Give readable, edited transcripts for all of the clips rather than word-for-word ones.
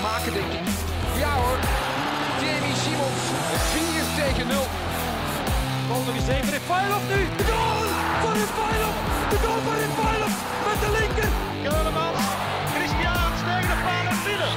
maken, denk ik. Ja hoor, Jamie Simons, 4-0. Bal nog eens even, Refailov nu, de goal van Refailov, de goal van Refailov met de linker. Keulemans, Christiaans tegen de paal en binnen.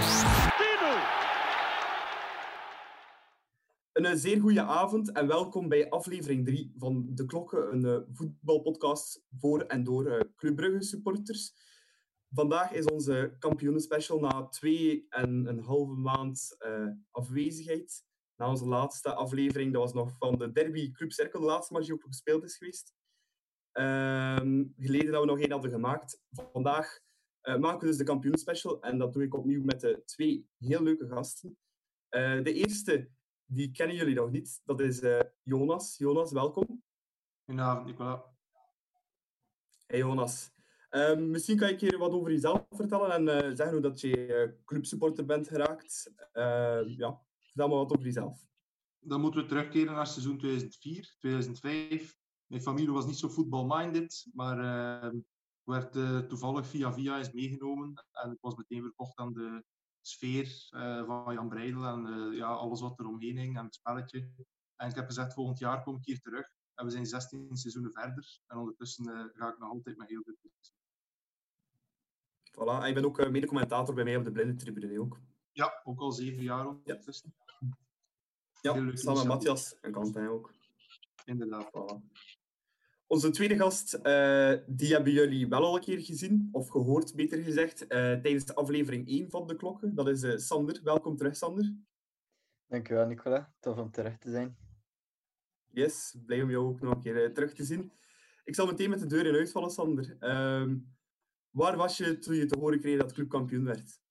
10-0. Een zeer goede avond en welkom bij aflevering 3 van De Klokken, een voetbalpodcast voor en door Club Brugge supporters. Vandaag is onze kampioenenspecial na 2,5 maand afwezigheid. Na onze laatste aflevering, dat was nog van de derby Club Cercle, de laatste match die ook gespeeld is geweest. Geleden dat we nog één hadden gemaakt. Vandaag maken we dus de kampioenenspecial en dat doe ik opnieuw met 2 heel leuke gasten. De eerste, die kennen jullie nog niet, dat is Jonas. Jonas, welkom. Goedenavond, Nicola. Hey Jonas. Misschien kan je een keer wat over jezelf vertellen en zeggen hoe dat je clubsupporter bent geraakt. Vertel maar wat over jezelf. Dan moeten we terugkeren naar seizoen 2004, 2005. Mijn familie was niet zo football-minded, maar werd toevallig via eens meegenomen. En ik was meteen verkocht aan de sfeer van Jan Breidel en alles wat er omheen hing en het spelletje. En ik heb gezegd, volgend jaar kom ik hier terug. En we zijn 16 seizoenen verder. En ondertussen ga ik nog altijd met heel veel plezier. Voilà, en je bent ook mede-commentator bij mij op de Blindentribune ook. Ja, ook al 7 jaar ondertussen. Ja, samen met Matthias en Quentin ook. Inderdaad. Voilà. Onze tweede gast, die hebben jullie wel al een keer gezien, of gehoord beter gezegd, tijdens aflevering 1 van De Klokken. Dat is Sander. Welkom terug, Sander. Dankjewel, Nicola. Tof om terug te zijn. Yes, blij om jou ook nog een keer terug te zien. Ik zal meteen met de deur in huis vallen, Sander. Waar was je toen je te horen kreeg dat club kampioen werd?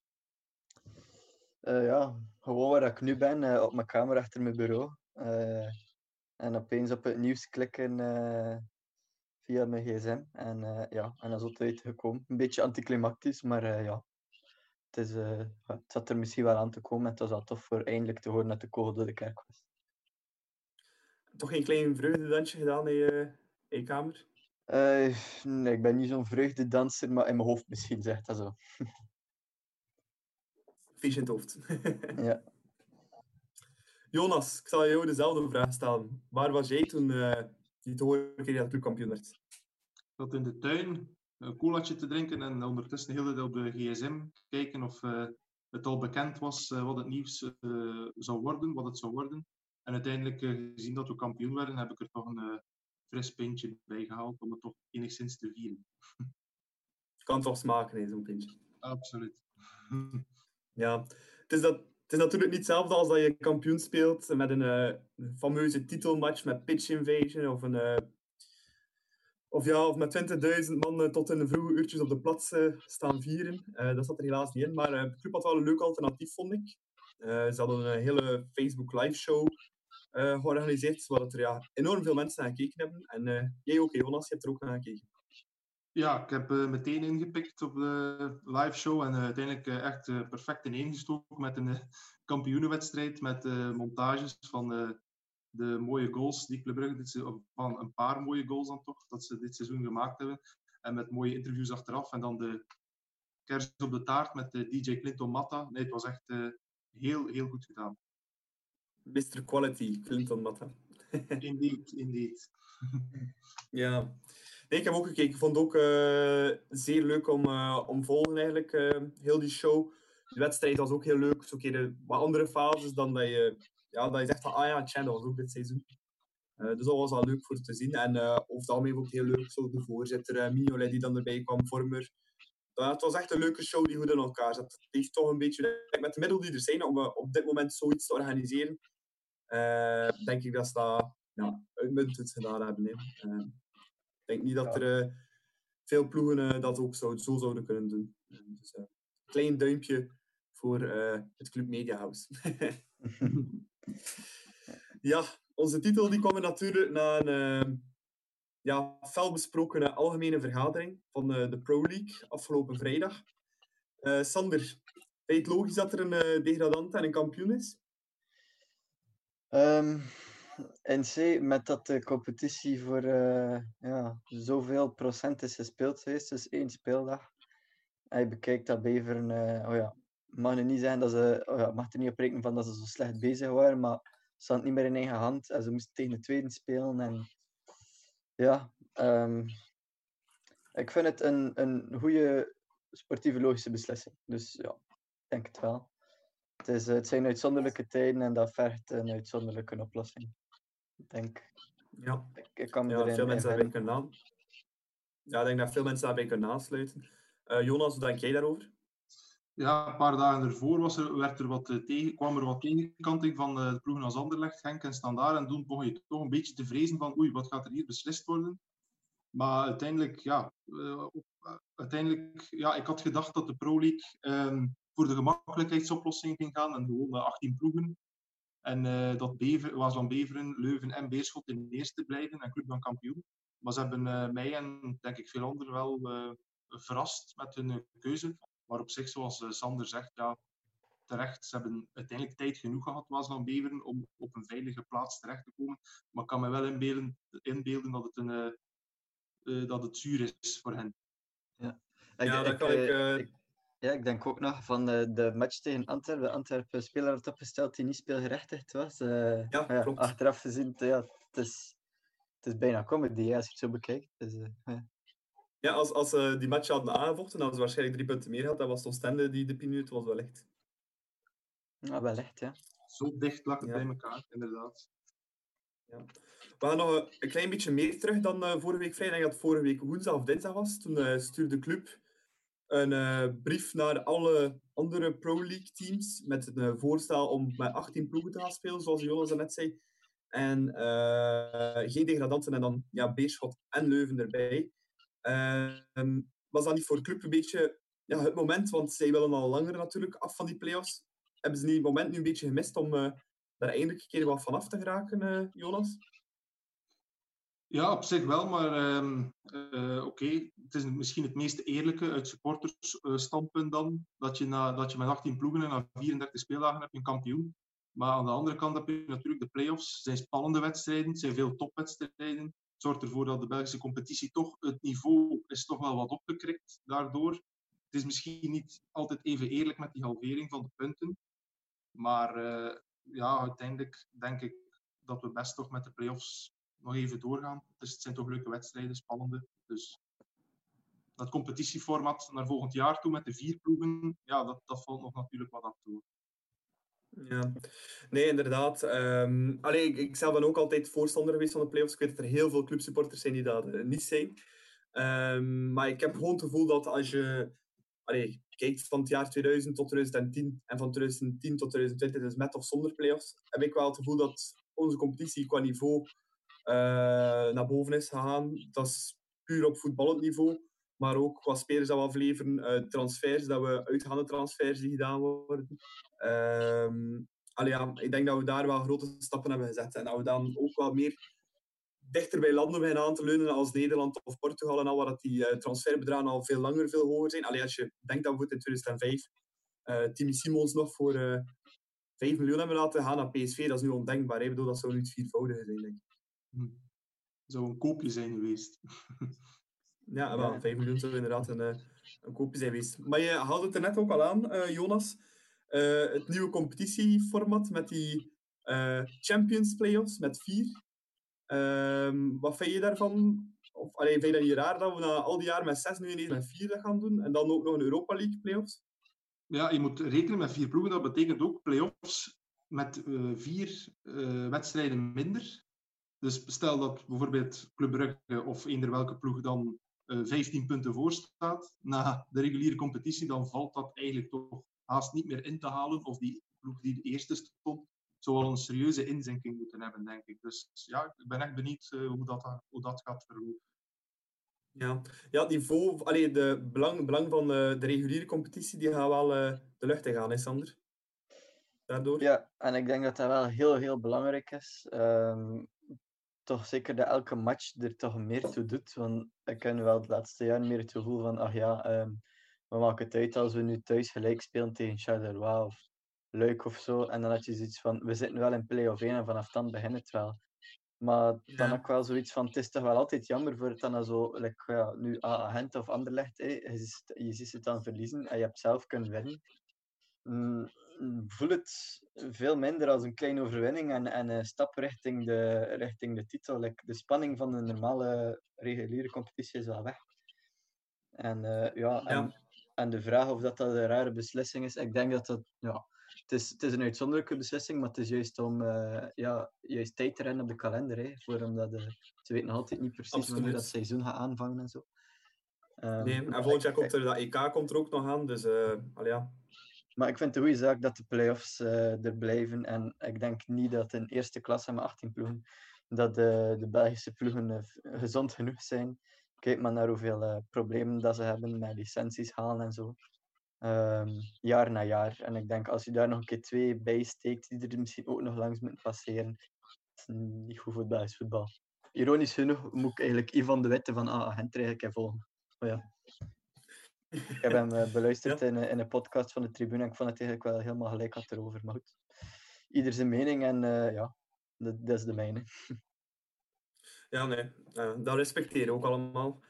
Gewoon waar ik nu ben, op mijn kamer achter mijn bureau. En opeens op het nieuws klikken via mijn gsm. En dat is altijd gekomen. Een beetje anticlimactisch, maar het zat er misschien wel aan te komen. En het was wel tof voor eindelijk te horen dat de kogel door de kerk was. Toch geen klein vreugdedansje gedaan in je kamer? Nee, ik ben niet zo'n vreugdedanser, maar in mijn hoofd misschien, zegt dat zo. Feestje in het hoofd. Ja. Jonas, ik zal jou dezelfde vraag stellen. Waar was jij toen je te horen kreeg dat club kampioen werd? Ik zat in de tuin een colaatje te drinken en ondertussen heel de op de gsm kijken of het al bekend was wat het nieuws zou worden, wat het zou worden. En uiteindelijk, gezien dat we kampioen werden, heb ik er toch een fris pintje bij gehaald om het toch enigszins te vieren. Kan toch smaken, zo'n pintje. Absoluut. Ja, het is natuurlijk niet hetzelfde als dat je kampioen speelt met een fameuze titelmatch met pitch invasion of met 20.000 man tot in de vroege uurtjes op de plaats staan vieren. Dat zat er helaas niet in, maar de club had wel een leuk alternatief, vond ik. Ze hadden een hele Facebook live show georganiseerd, waar er enorm veel mensen naar gekeken hebben. En jij ook, Jonas, je hebt er ook naar gekeken. Ja, ik heb meteen ingepikt op de live show en uiteindelijk echt perfect ineengestoken met een kampioenenwedstrijd met montages van de mooie goals die Club Brugge van een paar mooie goals dan toch, dat ze dit seizoen gemaakt hebben. En met mooie interviews achteraf. En dan de kers op de taart met DJ Clinton Matta. Nee, het was echt heel, heel goed gedaan. Mr. Quality, Clinton Matta. Indeed. Ja. Nee, ik heb ook gekeken. Ik vond het ook zeer leuk om volgen eigenlijk, heel die show. De wedstrijd was ook heel leuk. Zo'n keer wat andere fases dan dat je zegt van, dat was ook dit seizoen. Dus dat was al leuk voor te zien. En over het algemeen ook heel leuk. Zo de voorzitter, Mignolet die dan erbij kwam, Vormer. Het was echt een leuke show die goed in elkaar zat. Het heeft toch een beetje, met de middelen die er zijn om op dit moment zoiets te organiseren, denk ik dat ze dat uitmuntend gedaan hebben. Ik denk niet dat er veel ploegen dat ook zo zouden kunnen doen. Dus klein duimpje voor het Club Media House. Ja, onze titel die kwam er natuurlijk na een fel besproken algemene vergadering van de Pro League afgelopen vrijdag. Sander, vind je het logisch dat er een degradant en een kampioen is? En C, met dat de competitie voor zoveel procent is gespeeld geweest, dus 1 speeldag. En je bekijkt dat Beveren mag nu niet zeggen dat ze... mag er niet op rekenen van dat ze zo slecht bezig waren, maar ze hadden het niet meer in eigen hand. En ze moesten tegen de tweede spelen. En ja... ik vind het een goede sportieve logische beslissing. Dus ja, ik denk het wel. Het zijn uitzonderlijke tijden en dat vergt een uitzonderlijke oplossing. Ik denk... Ja, Ik kan me ja erin veel mensen daarbij vinden. kunnen aan. Ja, ik denk dat veel mensen daarbij kunnen aansluiten. Jonas, hoe denk jij daarover? Ja, een paar dagen ervoor kwam er wat tegenkanting van de ploegen als Anderlecht, Genk en Standaard. En toen begon je toch een beetje te vrezen van oei, wat gaat er hier beslist worden? Maar uiteindelijk, ik had gedacht dat de Pro League voor de gemakkelijkheidsoplossing ging gaan en gewoon 18 ploegen. En dat Waasland Beveren, Leuven en Beerschot in de eerste blijven en Club dan kampioen. Maar ze hebben mij en denk ik veel anderen wel verrast met hun keuze. Maar op zich, zoals Sander zegt, ja, terecht. Ze hebben uiteindelijk tijd genoeg gehad, Waasland Beveren, om op een veilige plaats terecht te komen. Maar ik kan me wel inbeelden dat het zuur is voor hen. Ja, ik denk ook nog van de match tegen Antwerpen. Antwerpen speler had opgesteld die niet speelgerechtigd was. Klopt. Achteraf gezien, het is bijna comedy als je het zo bekijkt. Dus, Ja, als ze die match hadden aangevochten, hadden ze waarschijnlijk 3 punten meer gehad. Dat was Oostende die de pineut was, wellicht. Ja, wellicht, ja. Zo dicht lag het bij elkaar, inderdaad. Ja. We gaan nog een klein beetje meer terug dan vorige week vrijdag. Ik denk dat het vorige week woensdag of dinsdag was. Toen stuurde de club een brief naar alle andere Pro League teams met een voorstel om met 18 ploegen te gaan spelen, zoals Jonas net zei. En geen degradanten en dan Beerschot en Leuven erbij. Was dat niet voor de club een beetje het moment, want zij willen al langer natuurlijk af van die play-offs. Hebben ze die moment nu een beetje gemist om daar eindelijk een keer wat van af te geraken, Jonas? Ja, op zich wel, maar oké. Het is misschien het meest eerlijke uit supportersstandpunt dan, dat je met 18 ploegen en na 34 speeldagen heb je een kampioen. Maar aan de andere kant heb je natuurlijk de play-offs. Het zijn spannende wedstrijden, het zijn veel topwedstrijden. Het zorgt ervoor dat de Belgische competitie toch, het niveau is toch wel wat opgekrikt daardoor. Het is misschien niet altijd even eerlijk met die halvering van de punten. Maar uiteindelijk denk ik dat we best toch met de play-offs nog even doorgaan. Dus het zijn toch leuke wedstrijden, spannende. Dus dat competitieformat naar volgend jaar toe met de 4 ploegen, ja, dat valt nog natuurlijk wat af toe. Ja, nee, inderdaad. Ik zelf ben ook altijd voorstander geweest van de play-offs. Ik weet dat er heel veel clubsupporters zijn die dat niet zijn. Maar ik heb gewoon het gevoel dat als je kijkt van het jaar 2000 tot 2010 en van 2010 tot 2020, dus met of zonder play-offs, heb ik wel het gevoel dat onze competitie qua niveau naar boven is gegaan. Dat is puur op voetballend niveau, maar ook qua spelers dat we afleveren, transfers, dat we uitgaande transfers die gedaan worden. Ik denk dat we daar wel grote stappen hebben gezet en dat we dan ook wel meer dichter bij landen beginnen aan te leunen als Nederland of Portugal en al, waar dat die transferbedragen al veel langer, veel hoger zijn. Als je denkt dat we in 2005 Timmy Simons nog voor 5 miljoen hebben laten gaan naar PSV, dat is nu ondenkbaar. Ik bedoel, dat zou nu het viervoudige zijn, denk ik. Zou een koopje zijn geweest. Ja, 5 miljoen zou inderdaad een koopje zijn geweest. Maar je haalde het er net ook al aan, Jonas. Het nieuwe competitieformat met die Champions Playoffs met 4. Wat vind je daarvan? Vind je dat niet raar dat we na al die jaren met 6 nu ineens met 4 dat gaan doen? En dan ook nog een Europa League Playoffs? Ja, je moet rekenen met 4 ploegen. Dat betekent ook playoffs met 4 wedstrijden minder. Dus stel dat bijvoorbeeld Club Brugge of eender welke ploeg dan 15 punten voor staat na de reguliere competitie, dan valt dat eigenlijk toch haast niet meer in te halen. Of die ploeg die de eerste stond, zou wel een serieuze inzinking moeten hebben, denk ik. Dus ja, ik ben echt benieuwd hoe dat gaat verlopen. Ja, het niveau, de belang van de reguliere competitie, die gaat wel de lucht in gaan, hè, Sander? Daardoor? Ja, en ik denk dat dat wel heel, heel belangrijk is. Toch zeker dat elke match er toch meer toe doet. Want ik heb nu wel het laatste jaar meer het gevoel van, we maken het uit als we nu thuis gelijk spelen tegen Charleroi of Luik of zo. En dan had je zoiets van, we zitten wel in play-off 1 en vanaf dan begint het wel. Maar dan ook wel zoiets van, het is toch wel altijd jammer voor het dan zo, nu Gent of Anderlecht, je ziet het dan verliezen en je hebt zelf kunnen winnen. voel het veel minder als een kleine overwinning en een stap richting de titel. De spanning van de normale reguliere competitie is wel weg. En en de vraag of dat een rare beslissing is, ik denk dat het is een uitzonderlijke beslissing, maar het is juist om juist tijd te rennen op de kalender. Omdat ze weten nog altijd niet precies wanneer dat seizoen gaat aanvangen en zo. Nee, en volgend jaar komt dat EK komt er ook nog aan, dus ja. Maar ik vind het een goede zaak dat de play-offs er blijven. En ik denk niet dat in eerste klasse met 18 ploegen, dat de Belgische ploegen gezond genoeg zijn. Kijk maar naar hoeveel problemen dat ze hebben met licenties halen en zo. Jaar na jaar. En ik denk als je daar nog een keer 2 bij steekt, die er misschien ook nog langs moeten passeren, dat is niet goed voor het Belgisch voetbal. Ironisch genoeg moet ik eigenlijk Ivan de Witte van Gent eigenlijk volgen. Oh ja. Ik heb hem beluisterd in een podcast van de Tribune en ik vond het eigenlijk wel helemaal gelijk had erover. Maar goed, ieder zijn mening en dat is de mijne. Ja, nee, dat respecteren we ook allemaal.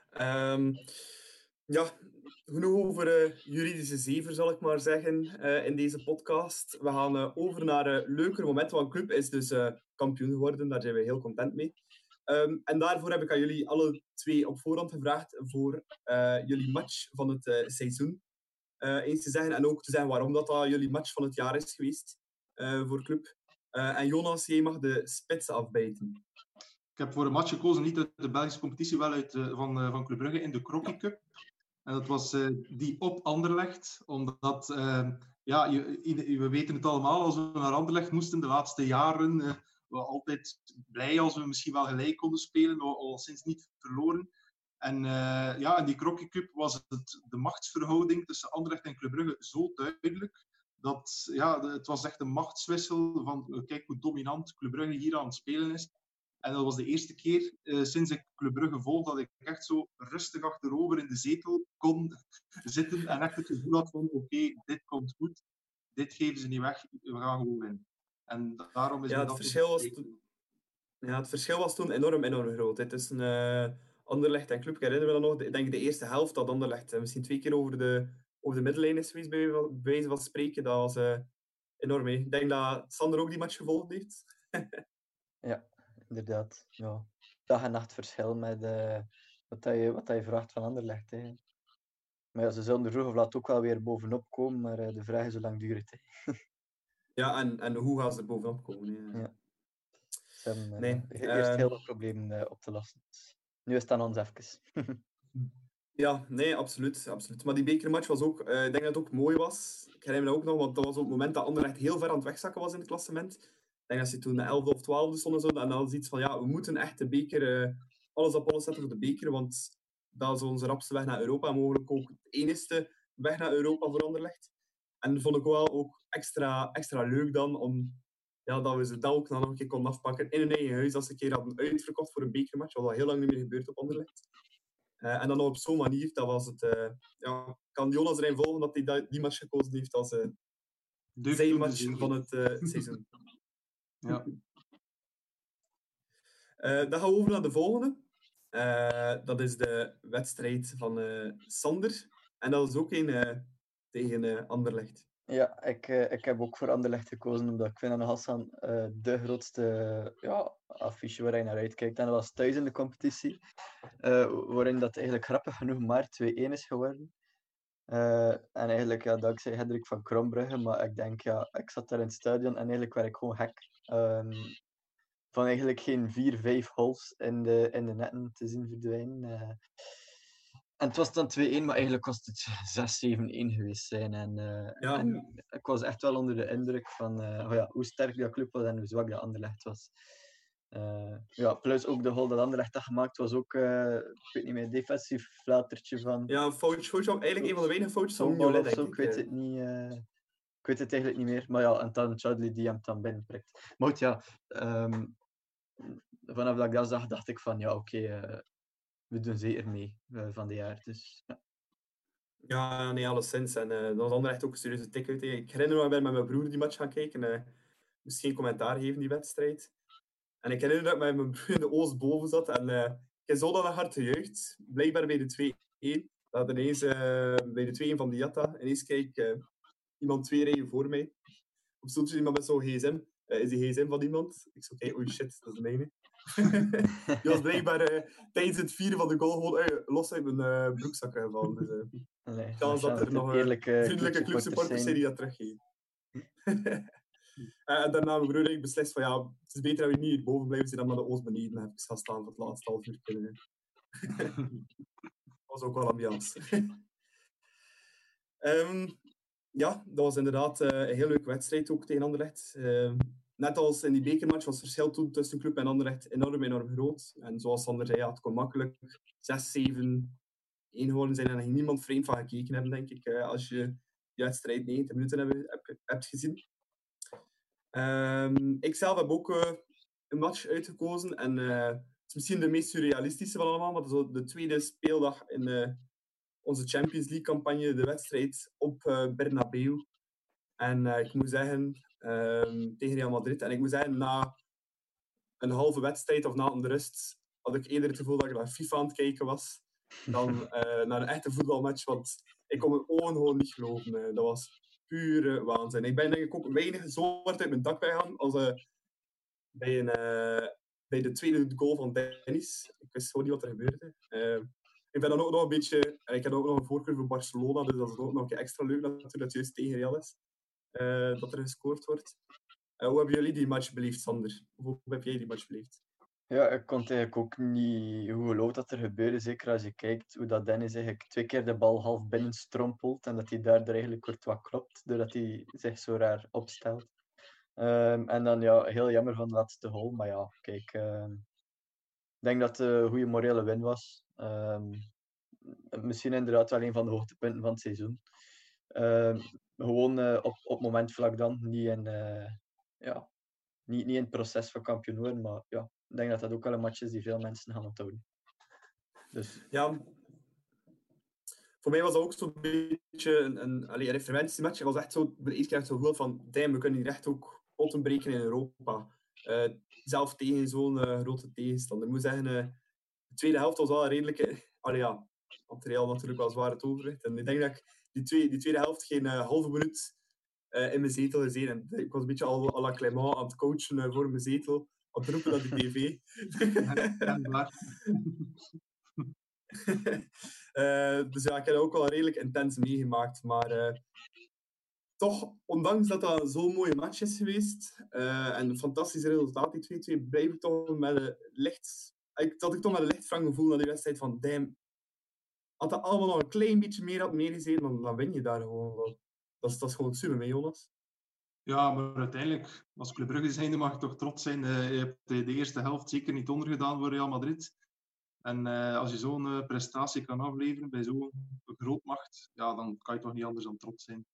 Genoeg over juridische zever, zal ik maar zeggen, in deze podcast. We gaan over naar leukere momenten, want Club is dus kampioen geworden. Daar zijn we heel content mee. En daarvoor heb ik aan jullie alle 2 op voorhand gevraagd voor jullie match van het seizoen eens te zeggen. En ook te zeggen waarom dat jullie match van het jaar is geweest voor Club. En Jonas, jij mag de spitsen afbijten. Ik heb voor een match gekozen, niet uit de Belgische competitie, wel uit van Club Brugge in de Crocky Cup. En dat was die op Anderlecht, omdat, we weten het allemaal, als we naar Anderlecht moesten de laatste jaren, we waren altijd blij als we misschien wel gelijk konden spelen, al sinds niet verloren. En in die Crocky Cup was de machtsverhouding tussen Anderlecht en Club Brugge zo duidelijk, dat het was echt een machtswissel van kijk hoe dominant Club Brugge hier aan het spelen is. En dat was de eerste keer sinds ik Club Brugge volg dat ik echt zo rustig achterover in de zetel kon zitten en echt het gevoel had van oké, dit komt goed, dit geven ze niet weg, we gaan gewoon winnen. En daarom is het verschil was toen enorm groot. Het is een Anderlecht en Club, ik herinner me dat nog. Ik denk de eerste helft dat Anderlecht misschien 2 keer over de middellijn is geweest, bij wijze van spreken. Dat was enorm. Ik denk dat Sander ook die match gevolgd heeft. Ja. Inderdaad, ja. Dag en nacht verschil met wat je vraagt van Anderlecht. Hè. Maar ja, ze zullen er vroeg of laat ook wel weer bovenop komen, maar de vraag is hoe lang duurt het. Hè. Ja, en hoe gaan ze er bovenop komen? Ja. Ze hebben eerst heel veel problemen op te lossen. Nu is het aan ons even. Ja, nee, absoluut. Maar die bekermatch was ook, ik denk dat het ook mooi was. Ik herinner me ook nog, want dat was op het moment dat Anderlecht heel ver aan het wegzakken was in het klassement. Ik denk dat ze toen 11e of 12e stonden. Zo, en dan was iets van, we moeten echt de beker, alles op alles zetten voor de beker, want dat is onze rapste weg naar Europa. En mogelijk ook de enigste weg naar Europa voor Anderlecht. En dat vond ik wel ook extra leuk dan, dat we ze dat ook nog een keer konden afpakken in hun eigen huis, als ze een keer hadden uitverkocht voor een bekermatch, wat al heel lang niet meer gebeurd op Anderlecht. En dan nog op zo'n manier, dat was het... kan Jonas erin volgen dat hij die match gekozen heeft als zijn match van het seizoen. Ja. Dan gaan we over naar de volgende. Dat is de wedstrijd van Sander. En dat is ook een tegen Anderlecht. Ja, ik heb ook voor Anderlecht gekozen, omdat ik vind dat nog Hassan de grootste affiche waar je naar uitkijkt. En dat was thuis in de competitie, waarin dat eigenlijk grappig genoeg maar 2-1 is geworden. En eigenlijk, dankzij Hendrik van Krombrugge, maar ik denk, ik zat daar in het stadion en eigenlijk werd ik gewoon gek. Van eigenlijk geen 4-5 goals in de netten te zien verdwijnen. En het was dan 2-1, maar eigenlijk was het 6-7-1 geweest zijn. En ik was echt wel onder de indruk van hoe sterk dat club was en hoe zwak dat Anderlecht was. Plus ook de goal dat Anderlecht had gemaakt was ook, ik weet niet meer, defensief flatertje van... Ja, een foutje, eigenlijk een van de weinige foutjes van Mignolet, denk ik. Ik weet het niet. Ik weet het eigenlijk niet meer. Maar ja, en dan Chadli die hem dan binnenprikt. Maar goed, vanaf dat ik dat zag, dacht ik van, we doen zeker mee van dit jaar. Dus, Ja, nee, alleszins. En dat was Anderlecht ook een serieuze tik uit. Ik herinner me, ik ben met mijn broer die match gaan kijken. Moest geen commentaar geven, die wedstrijd. En ik herinner dat ik met mijn broer in de Oost boven zat. En ik heb zo dan een hard gejuicht. Blijkbaar bij de 2-1. Dat ineens bij de 2-1 van Diatta. Ineens kijk iemand 2 rijen voor mij. Of stond er iemand met zo'n gsm. Is die gsm van iemand? Ik zo, kijk, oei shit, dat is de mijne. Die was blijkbaar tijdens het vieren van de goal gewoon los uit mijn broekzak gevallen. Dus kans dat er nog vriendelijke clubsupporters zijn die dat teruggeven. En daarna mijn broer en ik beslist van ja, het is beter dat we niet hier boven blijven zitten dan naar de Oost beneden even gaan staan voor het laatste half uur kunnen. Dat was ook wel ambiance. Ja, dat was inderdaad een heel leuke wedstrijd ook tegen Anderlecht. Net als in die bekermatch was het verschil toen tussen club en Anderlecht enorm groot. En zoals Sander zei, ja, het kon makkelijk 6-7-1 geworden zijn en er ging niemand vreemd van gekeken hebben, denk ik, als je die wedstrijd 90 minuten hebt gezien. Ik zelf heb ook een match uitgekozen en het is misschien de meest surrealistische van allemaal, maar dat is de tweede speeldag in onze Champions League campagne, de wedstrijd op Bernabeu. En ik moet zeggen, tegen Real Madrid, en ik moet zeggen, na een halve wedstrijd of na de rust, had ik eerder het gevoel dat ik naar FIFA aan het kijken was, dan naar een echte voetbalmatch, want ik kon mijn ogen gewoon niet geloven. Dat was pure waanzin. Ik ben denk ik ook weinig zo hard uit mijn dak gegaan als bij de tweede goal van Dennis. Ik wist gewoon niet wat er gebeurde. Ik ben dan ook nog een beetje... Ik heb ook nog een voorkeur voor Barcelona, dus dat is ook nog een keer extra leuk natuurlijk dat het juist tegen Real is. Dat er gescoord wordt. Hoe hebben jullie die match beleefd, Sander? Hoe heb jij die match beleefd? Ja, ik kon het eigenlijk ook niet hoe geloofd dat er gebeurde. Zeker als je kijkt hoe dat Dennis eigenlijk 2 keer de bal half binnen strompelt en dat hij daardoor eigenlijk kort wat klopt, doordat hij zich zo raar opstelt. En dan ja, heel jammer van de laatste goal. Maar ja, kijk, ik denk dat het een goede morele win was. Misschien inderdaad wel een van de hoogtepunten van het seizoen. Gewoon op moment vlak dan, niet in het proces van kampioen worden, maar ja, ik denk dat dat ook wel een match is die veel mensen gaan onthouden. Dus. Ja, voor mij was dat ook zo'n beetje een referentiematch. Het was echt zo, de eerste keer echt zo goed van, damn, we kunnen hier echt ook potten breken in Europa. Zelf tegen zo'n grote tegenstander. Ik moet zeggen, de tweede helft was wel een redelijke... want Real natuurlijk wel zwaar het overwicht. En ik denk dat ik die tweede helft geen halve minuut in mijn zetel gezien. En ik was een beetje à la Clément aan het coachen voor mijn zetel. Aan het roepen naar de tv. Dus ja, ik heb dat ook wel redelijk intens meegemaakt. Maar toch, ondanks dat dat zo'n mooie match is geweest en een fantastisch resultaat, die 2-2, blijf ik toch met een licht... Dat ik toch met een licht frank gevoel naar die wedstrijd van damn, had dat allemaal nog een klein beetje meer had meegezeten, dan win je daar gewoon. Dat is gewoon super mee, Jonas. Ja, maar uiteindelijk, als Club Brugge zijnde mag ik toch trots zijn. Je hebt de eerste helft zeker niet ondergedaan voor Real Madrid. En als je zo'n prestatie kan afleveren bij zo'n grootmacht, ja, dan kan je toch niet anders dan trots zijn.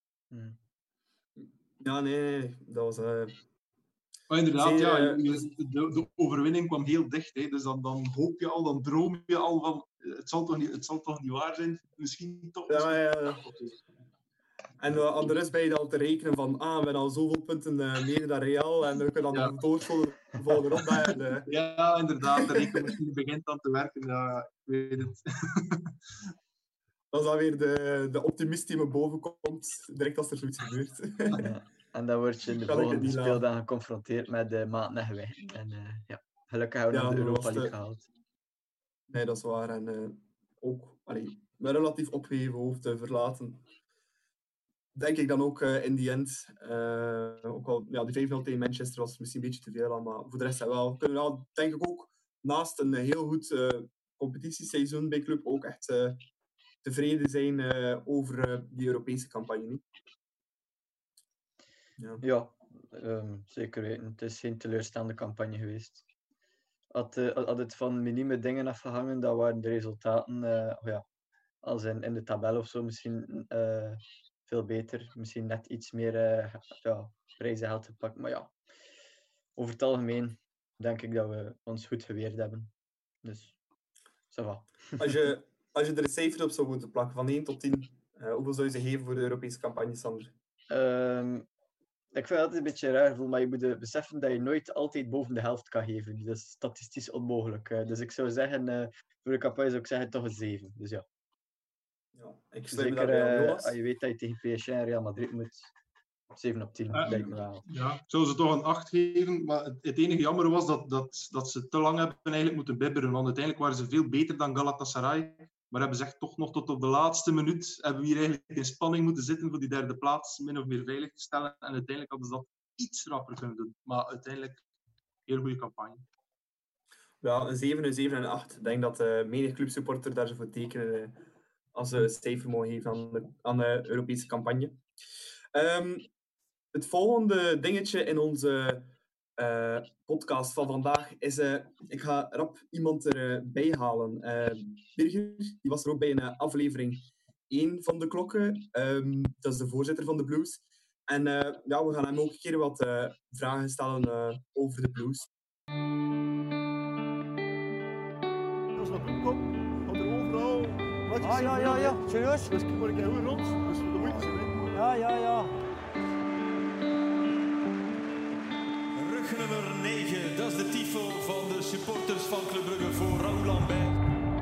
Ja, nee, dat was... Maar inderdaad, de overwinning kwam heel dicht. Hè. Dus dan hoop je al, dan droom je al van... Het zal toch niet waar zijn? Misschien toch? Ja. En aan de rest ben je dan te rekenen van... we hebben al zoveel punten meer dan Real. En we kunnen dan nog door voor de volgende ronde. Ja, inderdaad. De rekenmachine begint aan te werken. Ja, ik weet het. Dat is dan weer de optimist die me boven komt. Direct als er zoiets gebeurt. Ja. En dan word je in de volgende speeldag geconfronteerd met de maat Nijweg. En gelukkig hebben we de Europa League gehaald. Nee, dat is waar. En ook met relatief opgeheven hoofd verlaten. Denk ik dan ook in die end. Ook al, die 5-0 tegen Manchester was misschien een beetje te veel. Maar voor de rest kunnen we wel, denk ik ook, naast een heel goed competitieseizoen bij club, ook echt tevreden zijn over die Europese campagne. Ja, zeker weten. Het is geen teleurstaande campagne geweest. Had het van minieme dingen afgehangen, dan waren de resultaten, als in de tabel of zo, misschien veel beter. Misschien net iets meer prijzengeld gepakt. Maar ja, over het algemeen denk ik dat we ons goed geweerd hebben. Dus, ça va. Als je er een cijfer op zou moeten plakken, van 1 tot 10, hoeveel zou je ze geven voor de Europese campagne, Sander? Ik vind het altijd een beetje raar, maar je moet beseffen dat je nooit altijd boven de helft kan geven. Dat is statistisch onmogelijk. Dus ik zou zeggen, voor de campagne zou ik zeggen toch een 7. Dus ja. Ja, ik sluit me Zeker daarbij aan, Jonas. als je weet dat je tegen PSG en Real Madrid moet. 7 op 10, lijkt me wel. Ja, ik zou ze toch een 8 geven, maar het enige jammer was dat ze te lang hebben eigenlijk moeten bibberen, want uiteindelijk waren ze veel beter dan Galatasaray, maar hebben ze echt toch nog tot op de laatste minuut, hebben we hier eigenlijk in spanning moeten zitten voor die derde plaats, min of meer veilig te stellen, en uiteindelijk hadden ze dat iets rapper kunnen doen, maar uiteindelijk heel goede campagne. Ja, een 7, een 7 en een 8. Ik denk dat menig clubsupporter daar zo voor tekenen als ze een cijfer mogen geven aan de Europese campagne. Het volgende dingetje in onze podcast van vandaag is... ik ga rap iemand erbij halen. Birger, die was er ook bij een aflevering 1 van de Klokken. Dat is de voorzitter van de Blues. En ja, we gaan hem ook een keer wat vragen stellen over de Blues. Als we naar komen, komt er overal platjes. Ja. Serieus? Dus kijk maar een keer hoe rond. Dus dat moet je zo, hè. Ja. Rugnummer 9, dat is de tifo van de supporters van Club Brugge voor Raoul Lambert.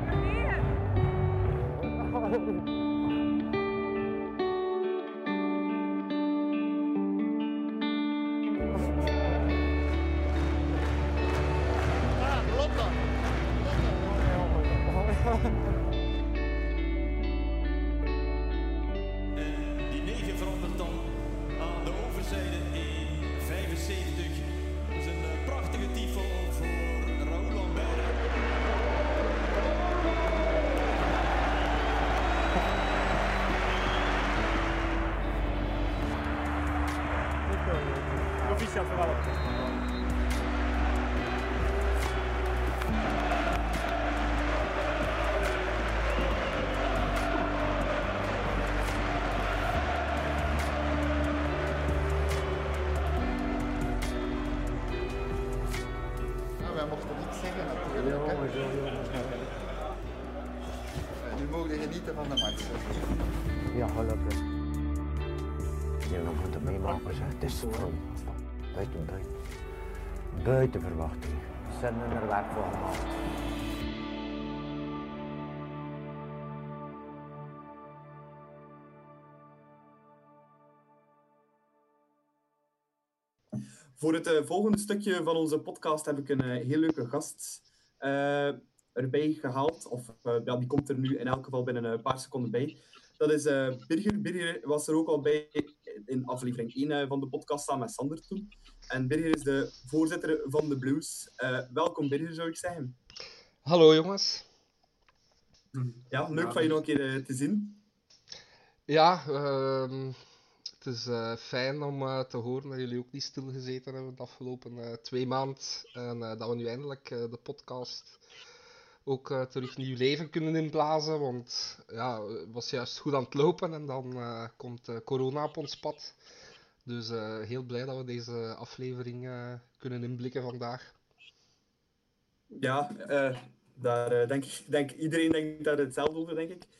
En die 9 verandert dan aan de overzijde in 75. Dat is een prachtige tifo voor Raoul Lambert. Proficiat verhaal. Wij mochten niet zeggen natuurlijk. Nu mogen we genieten van de match. Ja, gelukkig. Je nog moeten meemaken, zeg. Het is zo buiten verwachting. Ze hebben er werk voor gemaakt. Voor het volgende stukje van onze podcast heb ik een heel leuke gast erbij gehaald. Of ja, die komt er nu in elk geval binnen een paar seconden bij. Dat is Birger. Birger was er ook al bij in aflevering 1 van de podcast samen met Sander toen. En Birger is de voorzitter van de Blues. Welkom Birger, zou ik zeggen. Hallo jongens. Ja, leuk van je nog een keer te zien. Ja, het is fijn om te horen dat jullie ook niet stilgezeten hebben de afgelopen 2 maanden. En dat we nu eindelijk de podcast ook terug nieuw leven kunnen inblazen. Want ja, het was juist goed aan het lopen en dan komt corona op ons pad. Dus heel blij dat we deze aflevering kunnen inblikken vandaag. Ja, daar denk iedereen denkt daar hetzelfde over, denk ik.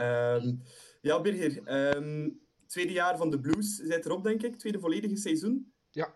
Ja, Birger, tweede jaar van de Blues zit erop, denk ik. Tweede volledige seizoen. Ja.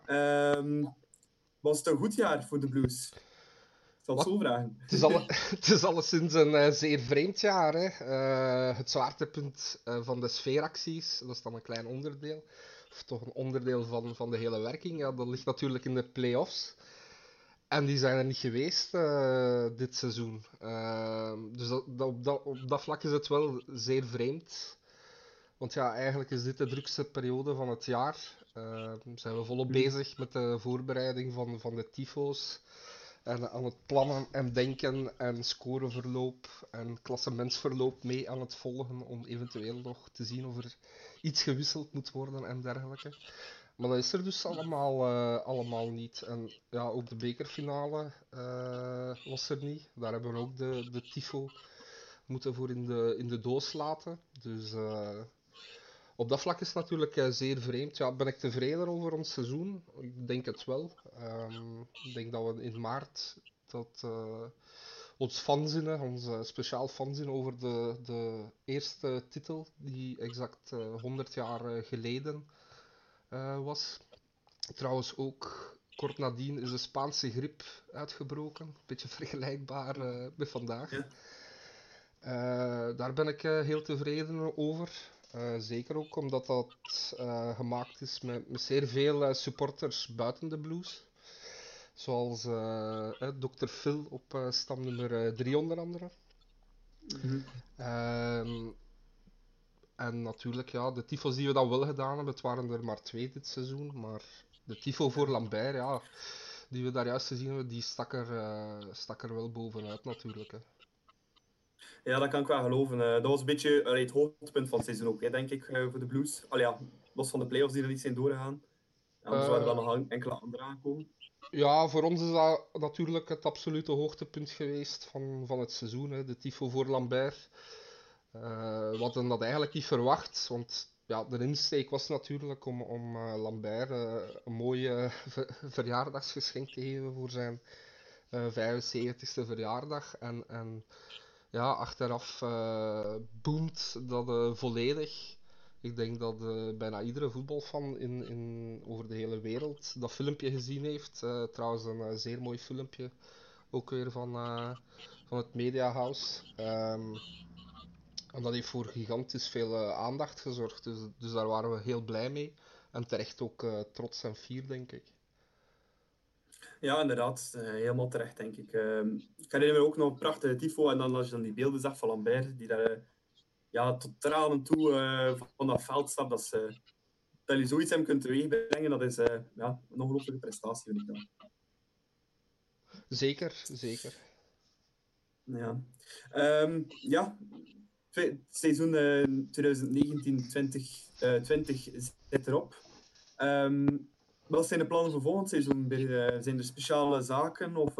Was het een goed jaar voor de Blues? Ik zal het zo vragen. Het is alleszins een zeer vreemd jaar. Hè? Het zwaartepunt van de sfeeracties, dat is dan een klein onderdeel. Of toch een onderdeel van de hele werking. Ja, dat ligt natuurlijk in de play-offs. En die zijn er niet geweest dit seizoen. Dus op dat vlak is het wel zeer vreemd. Want ja, eigenlijk is dit de drukste periode van het jaar. Zijn we volop bezig met de voorbereiding van de tifo's. En aan het plannen en denken en scoreverloop en klassementsverloop mee aan het volgen. Om eventueel nog te zien of er iets gewisseld moet worden en dergelijke. Maar dat is er dus allemaal niet. En ja, ook de bekerfinale was er niet. Daar hebben we ook de tifo moeten voor in de doos laten. Dus op dat vlak is het natuurlijk zeer vreemd. Ja, ben ik tevreden over ons seizoen? Ik denk het wel. Ik denk dat we in maart ons fanzine, ons speciaal fanzine over de eerste titel, die exact 100 jaar geleden was. Trouwens ook kort nadien is de Spaanse griep uitgebroken. Een beetje vergelijkbaar met vandaag. Daar ben ik heel tevreden over. Zeker ook omdat dat gemaakt is met zeer veel supporters buiten de Blues. Zoals Dr. Phil op stamnummer 3 onder andere. En natuurlijk, ja, de tifos die we dan wel gedaan hebben, het waren er maar 2 dit seizoen. Maar de tifo voor Lambert, ja, die we daar juist gezien hebben, die stak er wel bovenuit natuurlijk. Hè. Ja, dat kan ik wel geloven. Dat was een beetje het hoogtepunt van het seizoen ook, hè, denk ik, voor de Blues. Ja, los van de play-offs die er niet zijn doorgegaan. Ja, er waren wel nog enkele andere aankomen. Ja, voor ons is dat natuurlijk het absolute hoogtepunt geweest van het seizoen. Hè. De tifo voor Lambert. We hadden dat eigenlijk niet verwacht, want ja, de insteek was natuurlijk om Lambert een mooie verjaardagsgeschenk te geven voor zijn 75ste verjaardag. En ja, achteraf boomt dat volledig. Ik denk dat bijna iedere voetbalfan over de hele wereld dat filmpje gezien heeft. Trouwens, een zeer mooi filmpje. Ook weer van het Media House. En dat heeft voor gigantisch veel aandacht gezorgd. Dus daar waren we heel blij mee. En terecht ook trots en fier, denk ik. Ja, inderdaad. Helemaal terecht, denk ik. Ik herinner me ook nog een prachtige tifo. En dan als je dan die beelden zag van Lambert, die daar tot tranen toe van dat veld stapt, dat je zoiets hem kunt teweegbrengen, dat is een ongelooflijke prestatie, vind ik dan. Zeker, zeker. Ja. Het seizoen 2019-20 zit erop. Wat zijn de plannen voor volgend seizoen? Zijn er speciale zaken? Of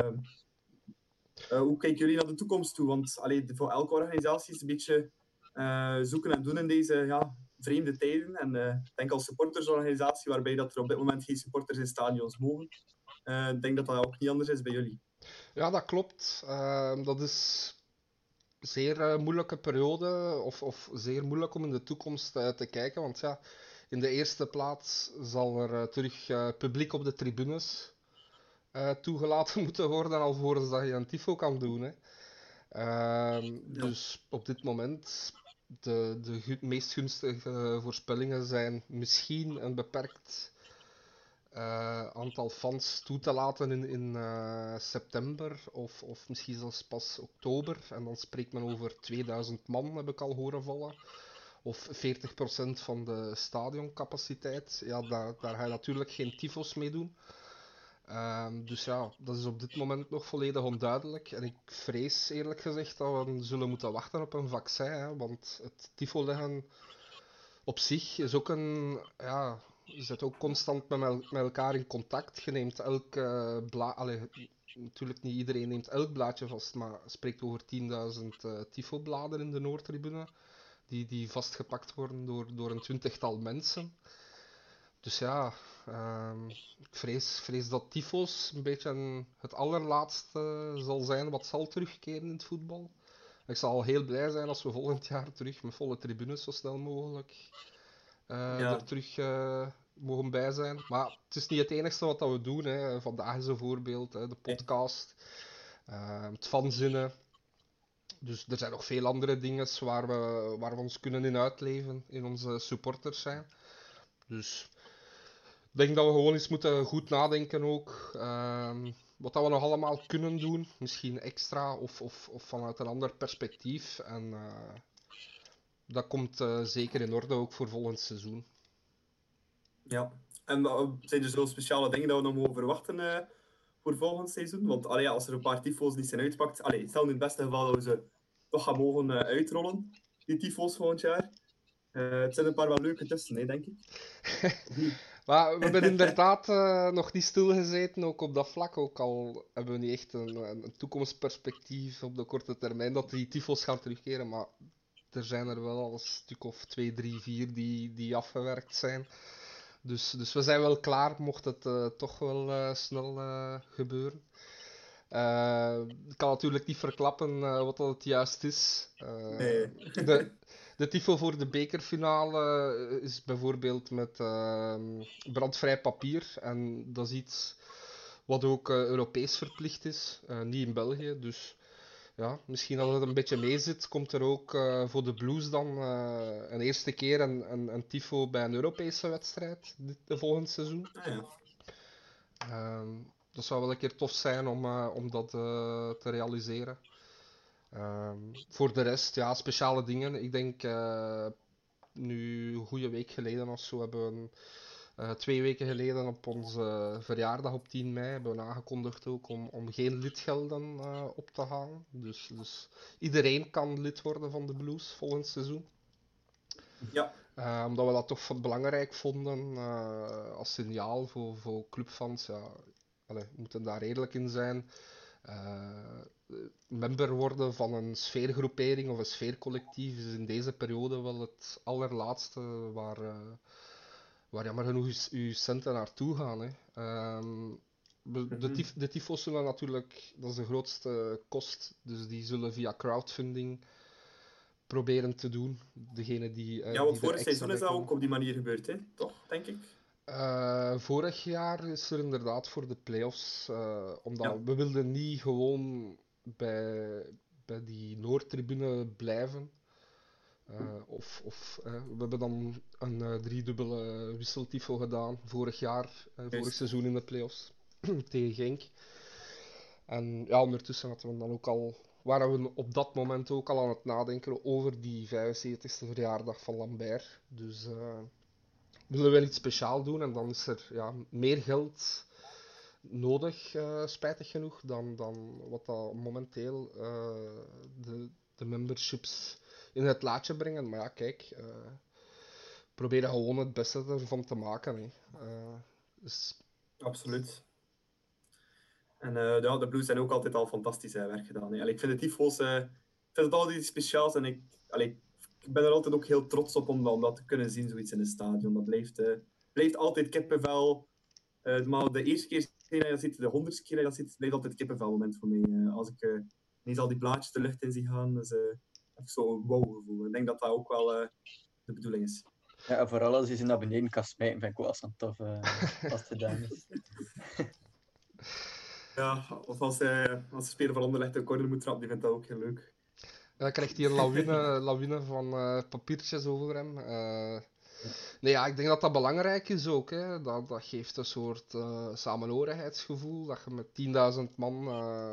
hoe kijken jullie naar de toekomst toe? Want voor elke organisatie is het een beetje zoeken en doen in deze vreemde tijden. En ik denk als supportersorganisatie, waarbij dat er op dit moment geen supporters in stadions mogen. Ik denk dat dat ook niet anders is bij jullie. Ja, dat klopt. Dat is een zeer moeilijke periode, of zeer moeilijk om in de toekomst te kijken. Want ja, in de eerste plaats zal er terug publiek op de tribunes toegelaten moeten worden, alvorens dat je een tifo kan doen. Hè. Dus op dit moment, de meest gunstige voorspellingen zijn misschien een beperkt aantal fans toe te laten in september of misschien zelfs pas oktober. En dan spreekt men over 2000 man, heb ik al horen vallen. Of 40% van de stadioncapaciteit. Ja, daar ga je natuurlijk geen tifos mee doen. Dus ja, dat is op dit moment nog volledig onduidelijk. En ik vrees eerlijk gezegd dat we zullen moeten wachten op een vaccin. Hè, want het tifo leggen op zich is ook een... Ja, je zit ook constant met elkaar in contact. Je neemt elk natuurlijk niet iedereen neemt elk blaadje vast, maar spreekt over 10.000 tifobladen in de Noordtribune. Die vastgepakt worden door een 20-tal mensen. Dus ja, ik vrees dat tifos een beetje het allerlaatste zal zijn wat zal terugkeren in het voetbal. Ik zal heel blij zijn als we volgend jaar terug met volle tribunes zo snel mogelijk er terug mogen bij zijn. Maar het is niet het enige wat we doen. Hè. Vandaag is een voorbeeld, hè, de podcast, het fanzinnen. Dus er zijn nog veel andere dingen waar we ons kunnen in uitleven, in onze supporters zijn. Dus ik denk dat we gewoon eens moeten goed nadenken ook. Wat dat we nog allemaal kunnen doen. Misschien extra of vanuit een ander perspectief. En dat komt zeker in orde ook voor volgend seizoen. Ja, en zijn er zo speciale dingen dat we nog mogen verwachten voor volgend seizoen? Want als er een paar tyfo's niet zijn uitgepakt, stel in het beste geval dat we ze toch gaan mogen uitrollen, die tyfo's volgend jaar. Het zijn een paar wel leuke tussen, hè, denk ik. Maar we hebben inderdaad nog niet stilgezeten, ook op dat vlak. Ook al hebben we niet echt een toekomstperspectief op de korte termijn dat die tyfos gaan terugkeren. Maar er zijn er wel al een stuk of 2, 3, 4 die afgewerkt zijn. Dus we zijn wel klaar, mocht het toch wel snel gebeuren. Ik kan natuurlijk niet verklappen wat dat het juist is. Nee. De tifo voor de bekerfinale is bijvoorbeeld met brandvrij papier. En dat is iets wat ook Europees verplicht is, niet in België. Dus ja, misschien als het een beetje mee zit, komt er ook voor de Blues dan een eerste keer een tifo bij een Europese wedstrijd de volgende seizoen. Dat zou wel een keer tof zijn om dat te realiseren. Voor de rest, ja, speciale dingen. Ik denk nu een goede week geleden of zo hebben we 2 weken geleden op onze verjaardag op 10 mei hebben we aangekondigd ook om geen lidgelden op te halen. Dus iedereen kan lid worden van de Blues volgend seizoen. Ja. Omdat we dat toch belangrijk vonden als signaal voor clubfans. Ja, we moeten daar redelijk in zijn. Member worden van een sfeergroepering of een sfeercollectief is in deze periode wel het allerlaatste waar jammer genoeg uw centen naartoe gaan. Hè. De tifos zullen natuurlijk, dat is de grootste kost, dus die zullen via crowdfunding proberen te doen. Degene die, ja, want vorig seizoen is dat ook op die manier gebeurd, hè? Toch, denk ik? Vorig jaar is er inderdaad voor de play-offs, omdat we wilden niet gewoon bij die Noordtribune blijven. We hebben dan een 3-dubbele wisseltifo gedaan vorig jaar, vorig seizoen in de play-offs tegen Genk. En ja, ondertussen waren we op dat moment ook al aan het nadenken over die 75e verjaardag van Lambert. Dus willen we iets speciaal doen en dan is er meer geld nodig, spijtig genoeg, dan wat dat momenteel de memberships in het laadje brengen. Maar ja, kijk, proberen gewoon het beste ervan te maken. Dus... Absoluut. En de Blues zijn ook altijd al fantastisch werk gedaan. Hè. Ik vind de tifo's, ik vind het altijd iets speciaals en ik ben er altijd ook heel trots op om dat te kunnen zien, zoiets in het stadion. Dat blijft altijd kippenvel. Maar de eerste keer dat je dat ziet, de 100ste keer dat je dat ziet, blijft altijd kippenvel moment voor mij. Als ik ineens al die blaadjes de lucht in zie gaan, dus heb ik zo'n wow-gevoel. Ik denk dat dat ook wel de bedoeling is. Ja, vooral als je ze naar beneden kan smijten, vind ik wel zo tof als het gedaan is. Ja, of als de speler van Anderlecht een corner moet trappen, die vindt dat ook heel leuk. Dan krijgt hij een lawine van papiertjes over hem. Nee, ja, ik denk dat dat belangrijk is ook. Hè. Dat geeft een soort samenhorigheidsgevoel. Dat je met 10.000 man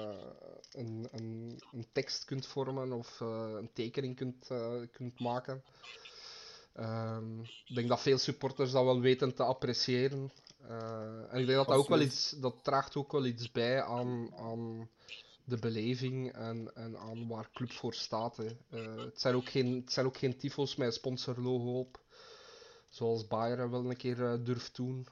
een tekst kunt vormen of een tekening kunt maken. Ik denk dat veel supporters dat wel weten te appreciëren. En ik denk dat dat ook wel dat draagt ook wel iets bij aan de beleving en aan waar club voor staat. Hè. Het zijn ook geen tifos met een sponsorlogo op. Zoals Bayern wel een keer durft doen.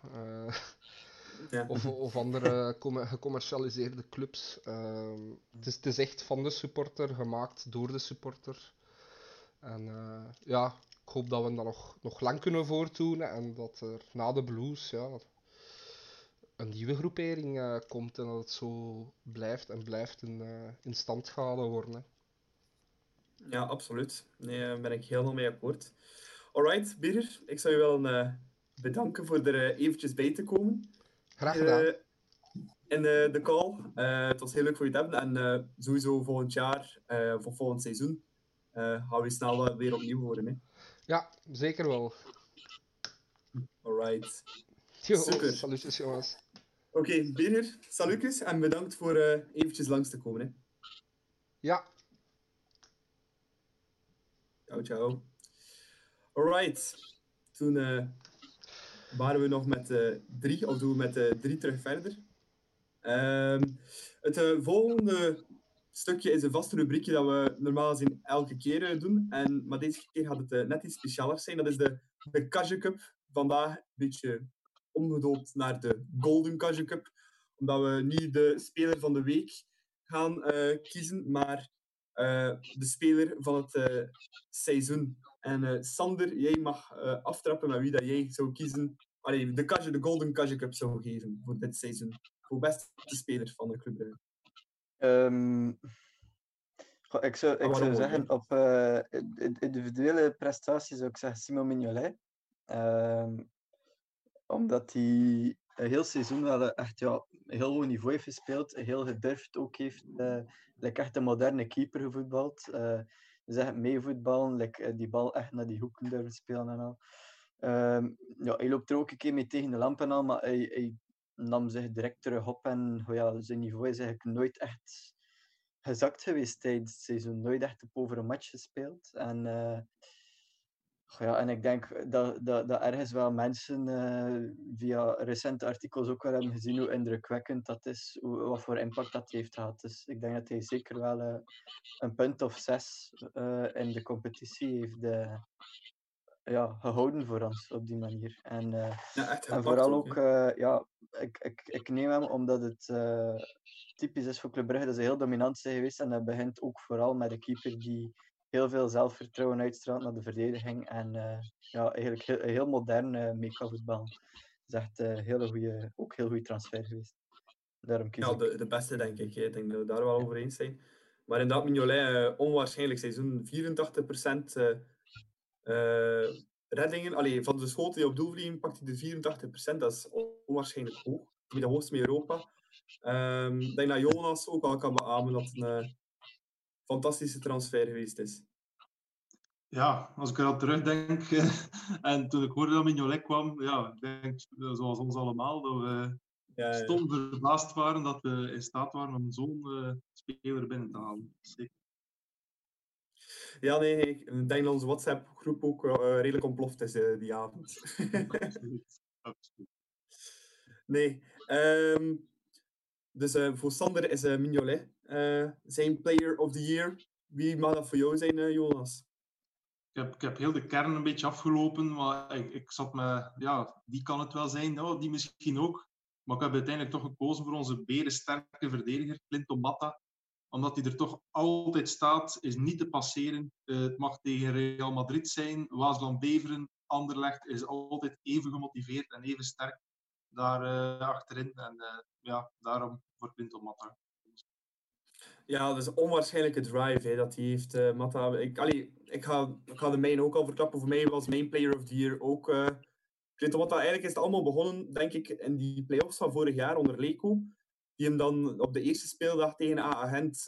Of andere gecommercialiseerde clubs. Het is echt van de supporter, gemaakt door de supporter. En ik hoop dat we dat nog lang kunnen voortdoen. En dat er na de Blues een nieuwe groepering komt. En dat het zo blijft in stand gehouden worden. Hè. Ja, absoluut. Nee, daar ben ik helemaal mee akkoord. Alright, Birger, ik zou je wel bedanken voor er eventjes bij te komen. Graag gedaan. In de call. Het was heel leuk voor je te hebben. En sowieso volgend jaar, of volgend seizoen, gaan we snel weer opnieuw horen. Hè? Ja, zeker wel. Alright. Super. Salutjes, jongens. Oké, Birger, salutjes en bedankt voor eventjes langs te komen. Hè? Ja. Ciao, ciao. Alright. Toen waren we nog met 3, of doen we met 3 terug verder. Het volgende stukje is een vaste rubriekje dat we normaal gezien elke keer doen. Maar deze keer gaat het net iets specialer zijn. Dat is de Kage Cup. Vandaag een beetje omgedoopt naar de Golden Kage Cup. Omdat we niet de speler van de week gaan kiezen, maar de speler van het seizoen. En Sander, jij mag aftrappen met wie dat jij zou kiezen. De Golden Kage Cup zou geven voor dit seizoen. Voor beste speler van de Club Brugge. Ik zou zeggen, op individuele prestaties zou ik zeggen Simon Mignolet. Omdat hij een heel seizoen wel echt een heel hoog niveau heeft gespeeld. Heel gedurfd ook heeft. Like echt een moderne keeper gevoetbald. Dus echt meevoetballen. Like, die bal echt naar die hoeken durven spelen en al. Hij loopt er ook een keer mee tegen de lamp en al, maar hij nam zich direct terug op. En zijn niveau is eigenlijk nooit echt gezakt tijdens het seizoen. Nooit echt over een match gespeeld. En ik denk dat ergens wel mensen via recente artikels ook wel hebben gezien hoe indrukwekkend dat is, wat voor impact dat heeft gehad. Dus ik denk dat hij zeker wel een punt of 6 in de competitie heeft gehouden voor ons op die manier. En vooral ook, ik neem hem omdat het typisch is voor Club Brugge dat ze heel dominant zijn geweest en dat begint ook vooral met een keeper die heel veel zelfvertrouwen uitstraalt naar de verdediging en eigenlijk heel modern mee kan voetballen. Dat is echt ook heel goede transfer geweest. Daarom kies ik. De beste denk ik. Ik denk dat we daar wel over eens zijn. Maar inderdaad, Mignolet, onwaarschijnlijk seizoen. 84% reddingen. Allee, van de schoten die op doel vliegen, pakt hij de 84%. Dat is onwaarschijnlijk hoog. De hoogste in Europa. Ik denk dat Jonas ook al kan beamen dat het een fantastische transfer geweest is. Ja, als ik eraan terugdenk en toen ik hoorde dat Mignolet kwam, ik denk, zoals ons allemaal, dat we stom verbaasd waren dat we in staat waren om zo'n speler binnen te halen. Zeker. Ja, nee, ik denk dat onze WhatsApp-groep ook redelijk ontploft is die avond. Absoluut. Nee. Dus voor Sander is Mignolet zijn Player of the Year. Wie mag dat voor jou zijn, Jonas? Ik heb heel de kern een beetje afgelopen, maar ik zat met... Ja, die kan het wel zijn, die misschien ook. Maar ik heb uiteindelijk toch gekozen voor onze berensterke verdediger, Clinton Mata. Omdat hij er toch altijd staat, is niet te passeren. Het mag tegen Real Madrid zijn, Waasland-Beveren, Anderlecht is altijd even gemotiveerd en even sterk daar achterin. En daarom voor Clinton Mata. Ja, dat is onwaarschijnlijke drive dat hij heeft, Mata. Ik ga de mijne ook al verklappen. Voor mij was mijn Player of the Year ook Clinton Mata. Eigenlijk is het allemaal begonnen, denk ik, in die play-offs van vorig jaar onder Leko. Die hem dan op de eerste speeldag tegen AA Gent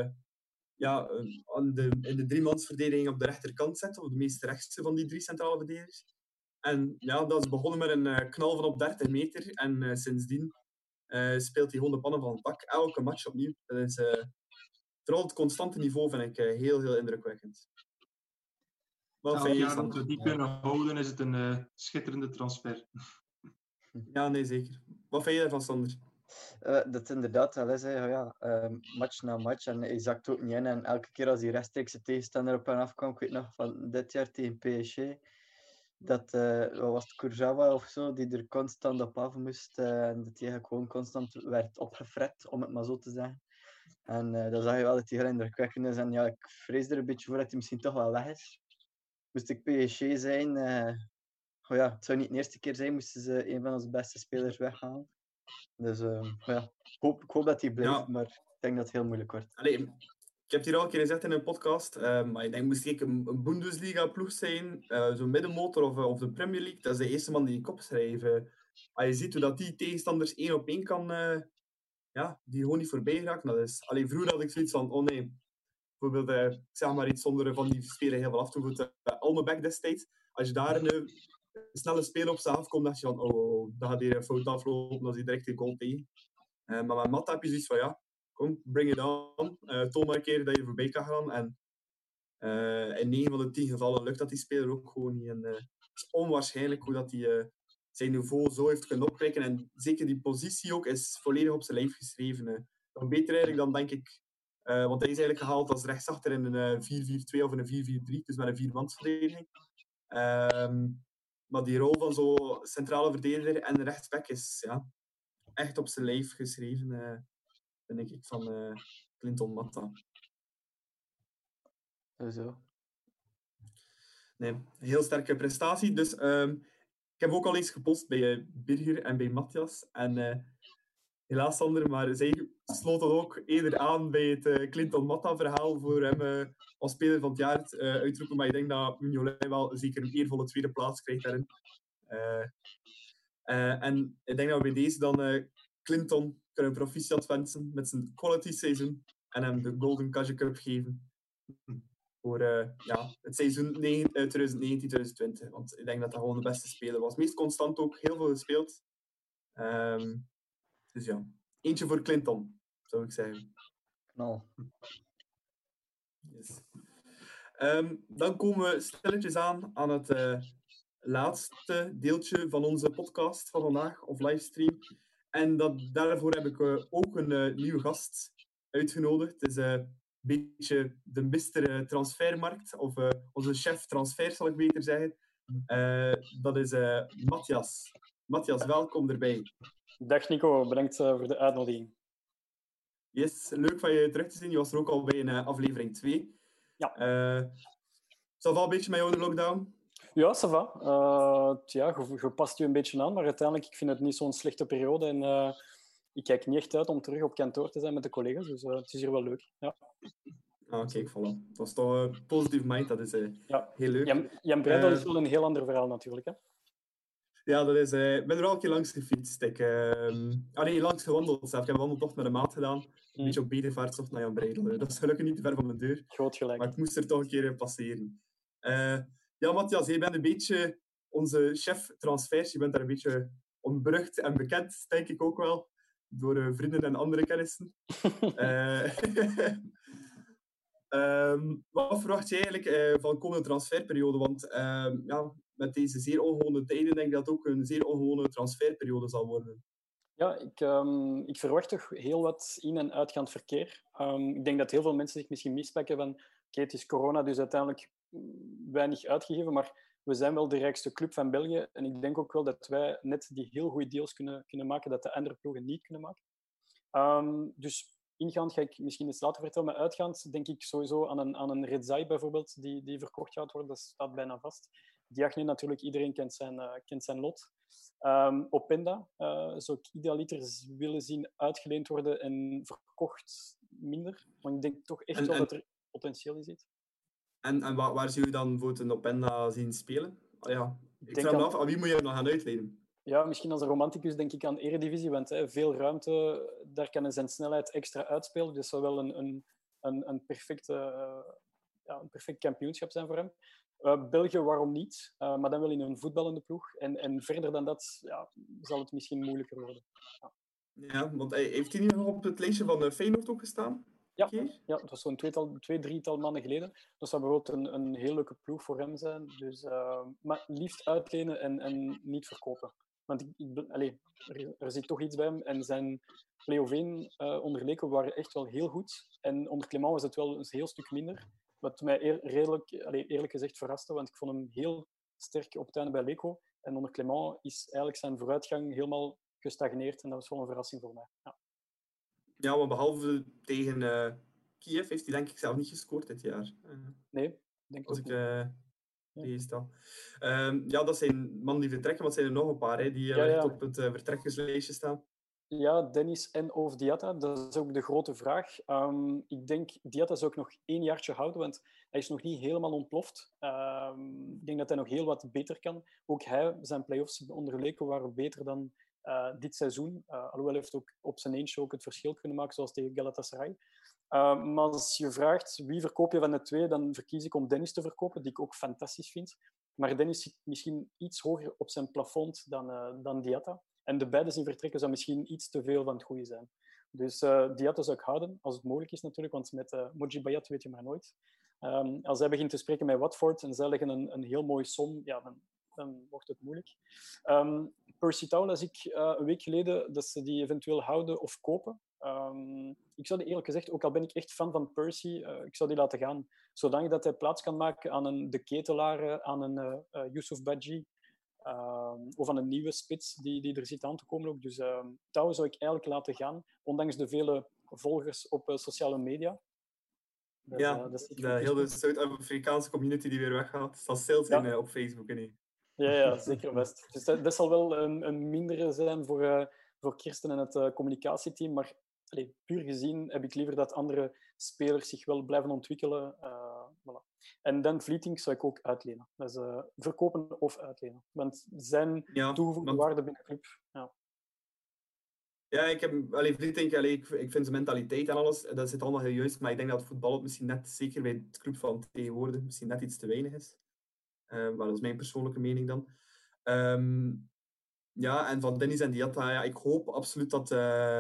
in de driemansverdediging op de rechterkant zette. Of de meest rechtste van die 3 centrale verdedigers. En ja, dat is begonnen met een knal van op 30 meter. En sindsdien speelt hij gewoon de pannen van het dak. Elke match opnieuw. Dat is vooral het constante niveau vind ik heel, heel indrukwekkend. Elk jaar dat we die kunnen houden, is het een schitterende transfer. Ja, nee, zeker. Wat vind je daarvan, Sander? Dat inderdaad wel is, match na match. En hij zakt ook niet in. En elke keer als hij rechtstreeks de tegenstander op en afkwam, ik weet nog van dit jaar tegen PSG, dat was het Kurzawa of zo, die er constant op af moest. En dat hij eigenlijk gewoon constant werd opgefret, om het maar zo te zeggen. En dan zag je wel dat hij heel indrukwekkend is. En ik vrees er een beetje voor dat hij misschien toch wel weg is. Moest ik PSG zijn, het zou niet de eerste keer zijn, moesten ze een van onze beste spelers weghalen. Dus ik hoop dat hij blijft, maar ik denk dat het heel moeilijk wordt. Allee, ik heb het hier al een keer gezegd in een podcast, maar ik denk moest ik een Bundesliga-ploeg zijn, zo'n middenmotor of de Premier League, dat is de eerste man die ik opschrijf. Als je ziet hoe dat die tegenstanders 1 op 1 kan, die gewoon niet voorbij raken. Dat is, vroeger had ik zoiets van, oh nee, bijvoorbeeld, ik zeg maar iets zonder van die spelen heel veel af te voeten. Almebek destijds, als je daar een snelle speler op zijn afkomt, dacht je van, dat gaat hier een fout aflopen, dat is direct een goal tegen. Maar met Mata heb je zoiets van, kom, bring it on. Toon maar een keer dat je voorbij kan gaan. En in 9 van de 10 gevallen lukt dat die speler ook gewoon niet. En het is onwaarschijnlijk hoe dat hij zijn niveau zo heeft kunnen opkrijgen. En zeker die positie ook is volledig op zijn lijf geschreven. Nog beter eigenlijk dan, denk ik, want hij is eigenlijk gehaald als rechtsachter in een 4-4-2 of in een 4-4-3, dus met een 4-mansverdediging. Maar die rol van zo'n centrale verdediger en rechtsback is echt op zijn lijf geschreven, denk ik, van Clinton Mata. Zo. Nee, heel sterke prestatie. Dus ik heb ook al eens gepost bij Birger en bij Matthias. En helaas, Sander, maar zij sloten ook eerder aan bij het Clinton Mata-verhaal voor hem als speler van het jaar uitroepen. Maar ik denk dat Mignolet wel zeker een eervolle tweede plaats krijgt daarin. En ik denk dat we bij deze dan Clinton kunnen proficiat wensen met zijn quality seizoen en hem de Golden Cash Cup geven voor het seizoen 2019-2020. Want ik denk dat dat gewoon de beste speler was. Meest constant ook, heel veel gespeeld. Dus ja, eentje voor Clinton, zou ik zeggen. Knal. Yes. Dan komen we stilletjes aan het laatste deeltje van onze podcast van vandaag, of livestream. En daarvoor heb ik ook een nieuwe gast uitgenodigd. Het is een beetje de Mr. Transfermarkt, of onze chef transfer, zal ik beter zeggen. Dat is Matthias. Matthias, welkom erbij. Dag Nico, bedankt voor de uitnodiging. Yes, leuk van je terug te zien. Je was er ook al bij in aflevering 2. Ja. Ça va een beetje met jou in de lockdown? Ja, ça va. Je past je een beetje aan, maar uiteindelijk ik vind het niet zo'n slechte periode. En ik kijk niet echt uit om terug op kantoor te zijn met de collega's. Dus het is hier wel leuk. Ja. Kijk, voilà. Het was toch een positieve mind, dat is heel leuk. Jan Breidel is wel een heel ander verhaal natuurlijk. Hè? Ja, dat is... ik ben er al een keer langs gefietst. Langs gewandeld zelf. Ik heb een wandeltocht met een maat gedaan. Een beetje op bedevaartstocht naar Jan Breidel. Dat is gelukkig niet te ver van mijn deur. Groot gelijk. Maar ik moest er toch een keer passeren. Ja, Matthias, je bent een beetje onze chef transfers. Je bent daar een beetje onberucht en bekend, denk ik ook wel. Door vrienden en andere kennissen. Wat verwacht je eigenlijk van de komende transferperiode? Want met deze zeer ongewone tijden denk ik dat het ook een zeer ongewone transferperiode zal worden. Ja, ik verwacht toch heel wat in- en uitgaand verkeer. Ik denk dat heel veel mensen zich misschien mispakken van oké, het is corona, dus uiteindelijk weinig uitgegeven, maar we zijn wel de rijkste club van België en ik denk ook wel dat wij net die heel goede deals kunnen maken dat de andere ploegen niet kunnen maken. Dus ingaand ga ik misschien eens later vertellen, maar uitgaand denk ik sowieso aan een Redzai bijvoorbeeld, die verkocht gaat worden, dat staat bijna vast. Diagne natuurlijk, iedereen kent zijn lot. Openda zou ik idealiter willen zien uitgeleend worden en verkocht minder. Maar ik denk toch echt wel dat er potentieel in zit. En waar zie je dan voor een Openda zien spelen? Ik vraag me af, aan wie moet je hem dan gaan uitlenen? Ja, misschien als een romanticus denk ik aan Eredivisie, want veel ruimte, daar kan hij zijn snelheid extra uitspelen. Dus dat zou wel een perfect kampioenschap zijn voor hem. België, waarom niet? Maar dan wel in een voetballende ploeg. En verder dan dat zal het misschien moeilijker worden. Ja, want heeft hij niet nog op het lijstje van Feyenoord ook gestaan? Ja, dat was zo'n drietal maanden geleden. Dat zou bijvoorbeeld een heel leuke ploeg voor hem zijn. Dus, maar liefst uitlenen en niet verkopen. Want er zit toch iets bij hem. En zijn play-off 1 onder Leco waren echt wel heel goed. En onder Clément was het wel een heel stuk minder. Wat mij eerlijk gezegd verraste. Want ik vond hem heel sterk op het einde bij Leco. En onder Clément is eigenlijk zijn vooruitgang helemaal gestagneerd. En dat was wel een verrassing voor mij. Ja, maar behalve tegen Kiev heeft hij denk ik zelf niet gescoord dit jaar. Nee, denk ik als ook niet. Dat zijn mannen die vertrekken, want er zijn er nog een paar die echt op het vertrekkerslijstje staan. Ja, Dennis en/of Diatta, dat is ook de grote vraag. Ik denk, Diatta zou ik nog 1 jaartje houden, want hij is nog niet helemaal ontploft. Ik denk dat hij nog heel wat beter kan. Ook hij, zijn play-offs onder Leco waren beter dan dit seizoen. Alhoewel hij heeft ook op zijn eentje ook het verschil kunnen maken, zoals tegen Galatasaray. Maar als je vraagt wie verkoop je van de twee, dan verkies ik om Dennis te verkopen, die ik ook fantastisch vind. Maar Dennis zit misschien iets hoger op zijn plafond dan Diatta. En de beide zien vertrekken zou misschien iets te veel van het goede zijn. Dus Diatta zou ik houden, als het mogelijk is natuurlijk, want met Moji Bayat weet je maar nooit. Als hij begint te spreken met Watford en zij leggen een heel mooie som, ja, dan wordt het moeilijk. Percy Tau las ik een week geleden dat ze die eventueel houden of kopen. Ik zou die eerlijk gezegd, ook al ben ik echt fan van Percy, ik zou die laten gaan. Zolang dat hij plaats kan maken aan de Ketelaar, aan een Youssouf Badji, of aan een nieuwe spits die er zit aan te komen ook. Dus Tau zou ik eigenlijk laten gaan, ondanks de vele volgers op sociale media. Heel de Zuid-Afrikaanse community die weer weggaat. Het zal stil zijn op Facebook. Ja, zeker best. Dus dat zal wel een mindere zijn voor Kirsten en het communicatieteam. Maar puur gezien heb ik liever dat andere spelers zich wel blijven ontwikkelen. Voilà. En dan Vlietink zou ik ook uitlenen. Dat is verkopen of uitlenen. Want zijn toegevoegde waarde binnen de club... Ja. Ja, Vlietink, ik vind zijn mentaliteit en alles, dat zit allemaal heel juist. Maar ik denk dat het voetbal misschien net, zeker bij het club van tegenwoordig, misschien net iets te weinig is. Maar dat is mijn persoonlijke mening dan. En van Dennis en Diatta, ik hoop absoluut dat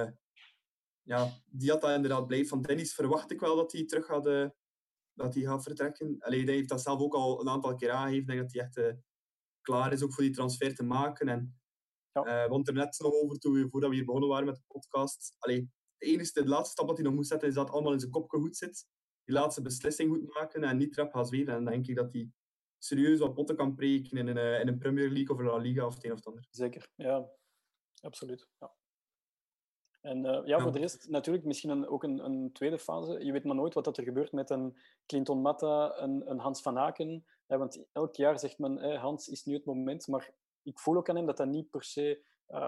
Diatta inderdaad blijft. Van Dennis verwacht ik wel dat hij terug gaat vertrekken. Hij heeft dat zelf ook al een aantal keer aangegeven. Ik denk dat hij echt klaar is ook voor die transfer te maken. En, want er net nog over, voordat we hier begonnen waren met de podcast. De laatste stap dat hij nog moet zetten, is dat allemaal in zijn kopje goed zit. Die laatste beslissing goed maken en niet trap gaan zweven. En dan denk ik dat hij serieus wat potten kan preken in een Premier League of een La Liga of het een of het ander. Zeker, ja. Absoluut. Ja. En voor de rest, natuurlijk misschien ook een tweede fase. Je weet maar nooit wat er gebeurt met een Clinton Matta, een Hans van Aken. Want elk jaar zegt men, Hans is nu het moment. Maar ik voel ook aan hem dat dat niet per se...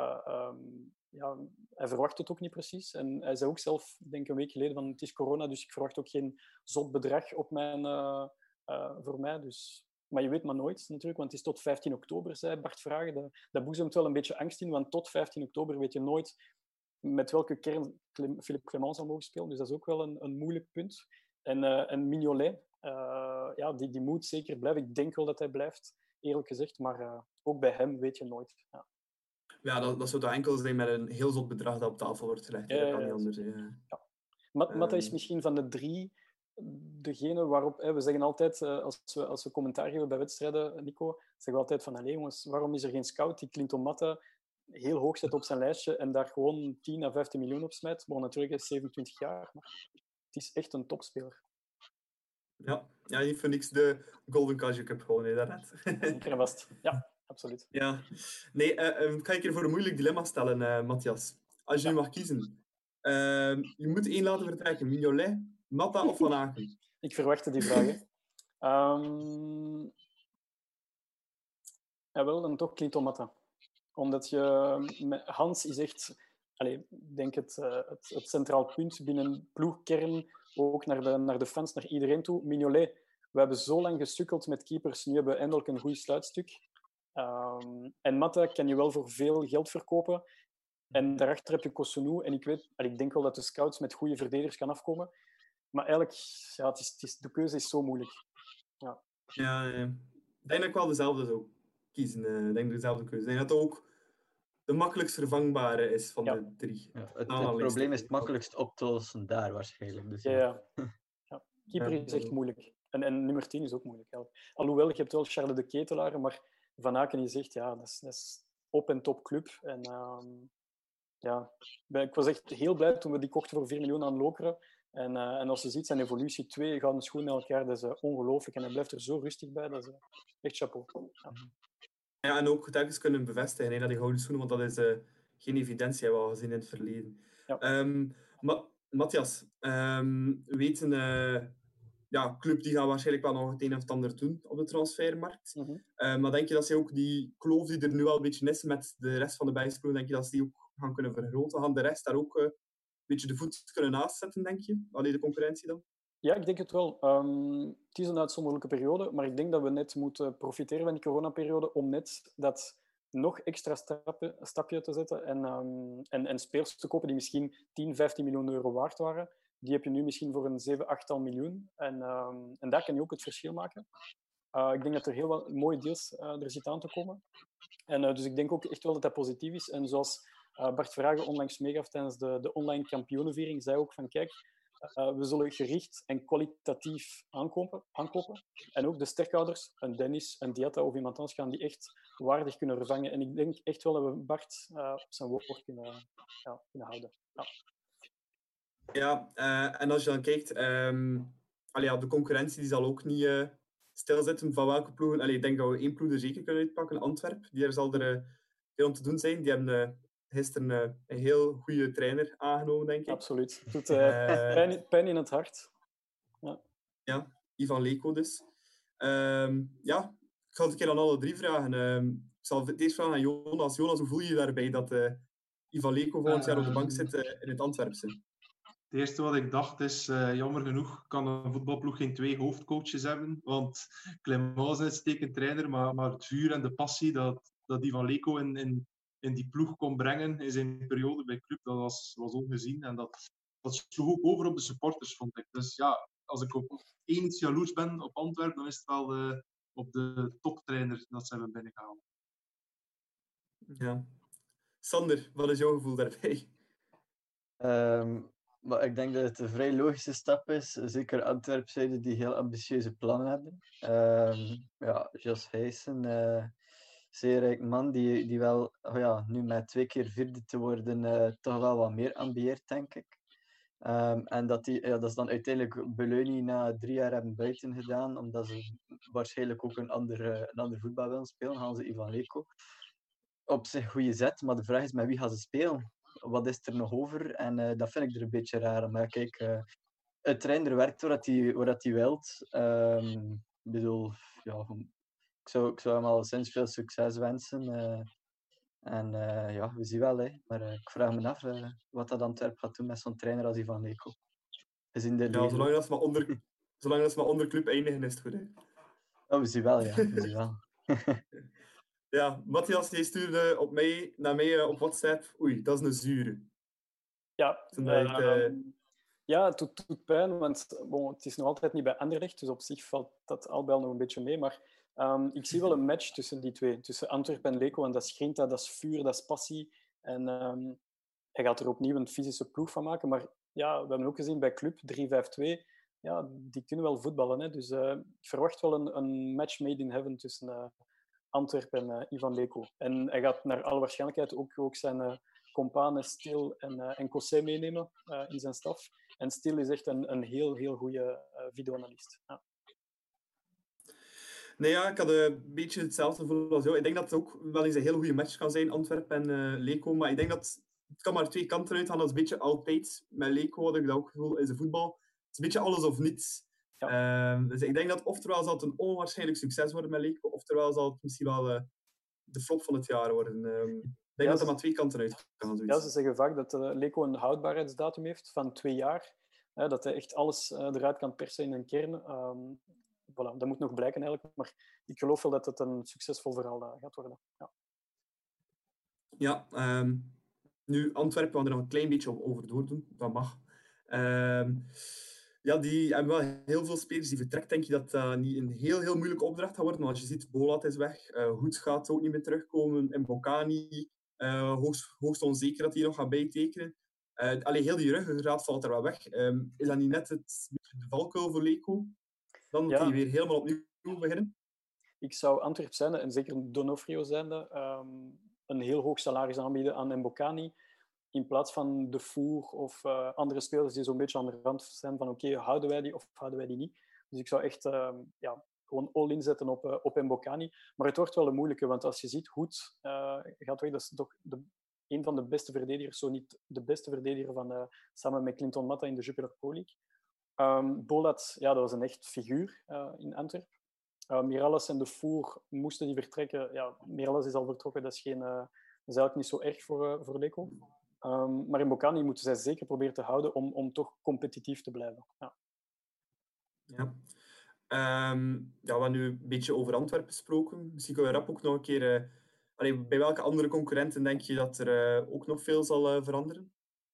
hij verwacht het ook niet precies. En hij zei ook zelf, denk ik een week geleden, van het is corona, dus ik verwacht ook geen zot bedrag voor mij. Dus... Maar je weet maar nooit natuurlijk, want het is tot 15 oktober, zei Bart Vragen. Dat boezemt wel een beetje angst in, want tot 15 oktober weet je nooit met welke kern Philippe Clement zal mogen spelen. Dus dat is ook wel een moeilijk punt. En Mignolet, die moet zeker blijven. Ik denk wel dat hij blijft, eerlijk gezegd. Maar ook bij hem weet je nooit. Ja, dat zou toch enkel zijn met een heel zot bedrag dat op tafel wordt gelegd. Dat kan niet anders. Ja. Matta is misschien van de drie degene waarop... we zeggen altijd, als we commentaar geven bij wedstrijden, Nico, zeggen we altijd van, jongens, waarom is er geen scout die Clinton Matta heel hoog zet op zijn lijstje en daar gewoon 10 à 15 miljoen op smijt? Maar natuurlijk is 27 jaar, maar het is echt een topspeler. Ja, die vind ik de Golden Casio Cup gewoon, daarnet. Zeker en vast. Ja, absoluut. Ja. Nee, ga ik je voor een moeilijk dilemma stellen, Matthias. Als je nu mag kiezen. Je moet één laten vertrekken. Mignolet, Matta of Van Aken? Ik verwachtte die vraag. Dan toch Clinton Matta. Omdat Hans is echt... ik denk het centraal punt binnen ploegkern, ook naar de fans, naar iedereen toe. Mignolet, we hebben zo lang gesukkeld met keepers, nu hebben we eindelijk een goed sluitstuk. En Matta kan je wel voor veel geld verkopen. En daarachter heb je Cossounou. En ik denk wel dat de scouts met goede verdedigers kan afkomen. Maar eigenlijk, de keuze is zo moeilijk. Ja, ik denk dat ik wel dezelfde zou kiezen. Ik denk dezelfde keuze. Ik denk dat het ook de makkelijkst vervangbare is van de drie. Ja, het probleem is het makkelijkst op te lossen daar waarschijnlijk. Dus ja. Keeper is echt moeilijk. En nummer 10 is ook moeilijk. Alhoewel, je hebt wel Charles de Ketelaar, maar Van Aken die zegt, dat is op- en top club. En ik was echt heel blij toen we die kochten voor 4 miljoen aan Lokeren. En als je ziet, zijn evolutie, 2 gouden schoenen elk jaar, dat is ongelooflijk. En hij blijft er zo rustig bij, dat is echt chapeau. Ja, en ook telkens kunnen bevestigen dat die gouden schoenen, want dat is geen evidentie, hebben we al gezien in het verleden. Ja. Matthias, weet club die gaat waarschijnlijk wel nog het een of het ander doen op de transfermarkt. Maar denk je dat ze ook die kloof die er nu al een beetje is met de rest van de bijsploeg, denk je dat ze die ook gaan kunnen vergroten? Gaan de rest daar ook een beetje de voet kunnen naast zetten, denk je? Alleen de concurrentie dan? Ja, ik denk het wel. Het is een uitzonderlijke periode, maar ik denk dat we net moeten profiteren van die coronaperiode om net dat nog extra stapje te zetten en spelers te kopen die misschien 10, 15 miljoen euro waard waren. Die heb je nu misschien voor een 7, 8 miljoen. En daar kan je ook het verschil maken. Ik denk dat er heel wat mooie deals er zit aan te komen. En dus ik denk ook echt wel dat dat positief is. En zoals Bart Vragen onlangs meegaf tijdens de online kampioenenviering, zei ook van kijk, we zullen gericht en kwalitatief aankopen. En ook de sterkhouders, een Dennis, een Diatta of iemand anders, gaan die echt waardig kunnen vervangen. En ik denk echt wel dat we Bart op zijn woord kunnen houden. Ja, en als je dan kijkt, de concurrentie die zal ook niet stilzitten van welke ploegen. Ik denk dat we 1 ploeg er zeker kunnen uitpakken, Antwerpen. Daar zal er veel om te doen zijn. Die hebben gisteren een heel goede trainer aangenomen, denk ik. Absoluut. Het doet pijn in het hart. Ja, Ivan Leko dus. Ik zal het een keer aan alle 3 vragen. Ik zal het eerst vragen aan Jonas. Jonas, hoe voel je je daarbij dat Ivan Leko volgend jaar op de bank zit in het Antwerpse? Het eerste wat ik dacht is, jammer genoeg kan een voetbalploeg geen 2 hoofdcoaches hebben. Want Clément is een uitstekend trainer, maar het vuur en de passie dat Ivan Leko in die ploeg kon brengen in zijn periode bij club, dat was ongezien. En dat sloeg ook over op de supporters, vond ik. Dus ja, als ik op één iets jaloers ben op Antwerpen, dan is het wel op de toptrainer dat ze hebben binnengehaald. Ja. Sander, wat is jouw gevoel daarbij? Maar ik denk dat het een vrij logische stap is. Zeker Antwerp-zijde die heel ambitieuze plannen hebben. Ja, Jos Heysen, zeer rijk man, die wel nu met 2 keer vierde te worden toch wel wat meer ambieert, denk ik. En dat is dan uiteindelijk Beleunie na 3 jaar hebben buiten gedaan, omdat ze waarschijnlijk ook een ander voetbal willen spelen, gaan ze Ivan Leko. Op zich goede zet, maar de vraag is met wie gaan ze spelen? Wat is er nog over? En dat vind ik er een beetje raar. Maar kijk, het trainer werkt waar hij wilt. Ik bedoel, ja, ik zou hem al sinds veel succes wensen. En ja, we zien wel. Hè. Maar ik vraag me af wat dat Antwerp gaat doen met zo'n trainer als Ivan Leko. Zolang dat ze maar onder club eindigen, is het goed. Hè. Oh, we zien wel, ja. We zien wel. Ja, Matthias, jij stuurde naar mij op WhatsApp. Oei, dat is een zure. Ja, ja, het doet pijn, want het is nog altijd niet bij Anderlecht, dus op zich valt dat al wel nog een beetje mee. Maar ik zie wel een match tussen die twee, tussen Antwerpen en Leko. En dat is grinta, dat is vuur, dat is passie. En hij gaat er opnieuw een fysische ploeg van maken. Maar ja, we hebben ook gezien bij Club 3-5-2, ja, die kunnen wel voetballen. Hè? Dus ik verwacht wel een match made in heaven tussen Antwerpen en Ivan Leko. En hij gaat naar alle waarschijnlijkheid ook zijn companen Stil en Cossé meenemen in zijn staf. En Stil is echt een heel, heel goede videoanalist. Ja. Nee, ja, ik had een beetje hetzelfde gevoel als jou. Ik denk dat het ook wel eens een hele goede match kan zijn, Antwerpen en Leko. Maar ik denk dat het kan maar 2 kanten uitgaan. Dat is een beetje altijd met Leko, had ik dat ook gevoel, in de voetbal. Het is een beetje alles of niets. Ja. Dus ik denk dat oftewel zal het een onwaarschijnlijk succes worden met Leko, oftewel zal het misschien wel de flop van het jaar worden. Ik denk dat er maar 2 kanten uit gaan. Ja, ze zeggen vaak dat Leko een houdbaarheidsdatum heeft van 2 jaar. Dat hij echt alles eruit kan persen in een kern. Voilà, dat moet nog blijken eigenlijk. Maar ik geloof wel dat het een succesvol verhaal gaat worden. Ja, nu Antwerpen, we gaan er nog een klein beetje over doordoen. Dat mag. Ja, die hebben wel heel veel spelers die vertrekt. Denk je dat dat niet een heel, heel moeilijke opdracht gaat worden? Want als je ziet, Bolat is weg. Hoeds gaat ook niet meer terugkomen. En Bocani, hoogst onzeker dat hij nog gaat bijtekenen. Heel die ruggengraat valt er wel weg. Is dat niet net de valkuil voor Leko? Dan moet hij weer helemaal opnieuw beginnen. Ik zou Antwerp zijnde, en zeker Donofrio zijnde, een heel hoog salaris aanbieden aan Mbokani. In plaats van De Voer of andere spelers die zo'n beetje aan de rand zijn van oké, houden wij die of houden wij die niet. Dus ik zou echt gewoon all-in zetten op Mbokani. Maar het wordt wel een moeilijke, want als je ziet, Hoed gaat weg. Dat is toch een van de beste verdedigers, zo niet de beste verdediger van samen met Clinton Matta in de Jupiler Pro League. Bolat, ja, dat was een echt figuur in Antwerpen. Miralles en De Voer moesten die vertrekken. Ja, Miralles is al vertrokken, dat is eigenlijk niet zo erg voor Leko. Maar in Mbokani moeten zij zeker proberen te houden om toch competitief te blijven. Ja. Ja. We hebben nu een beetje over Antwerpen gesproken. Misschien kunnen we rap ook nog een keer... bij welke andere concurrenten denk je dat er ook nog veel zal veranderen?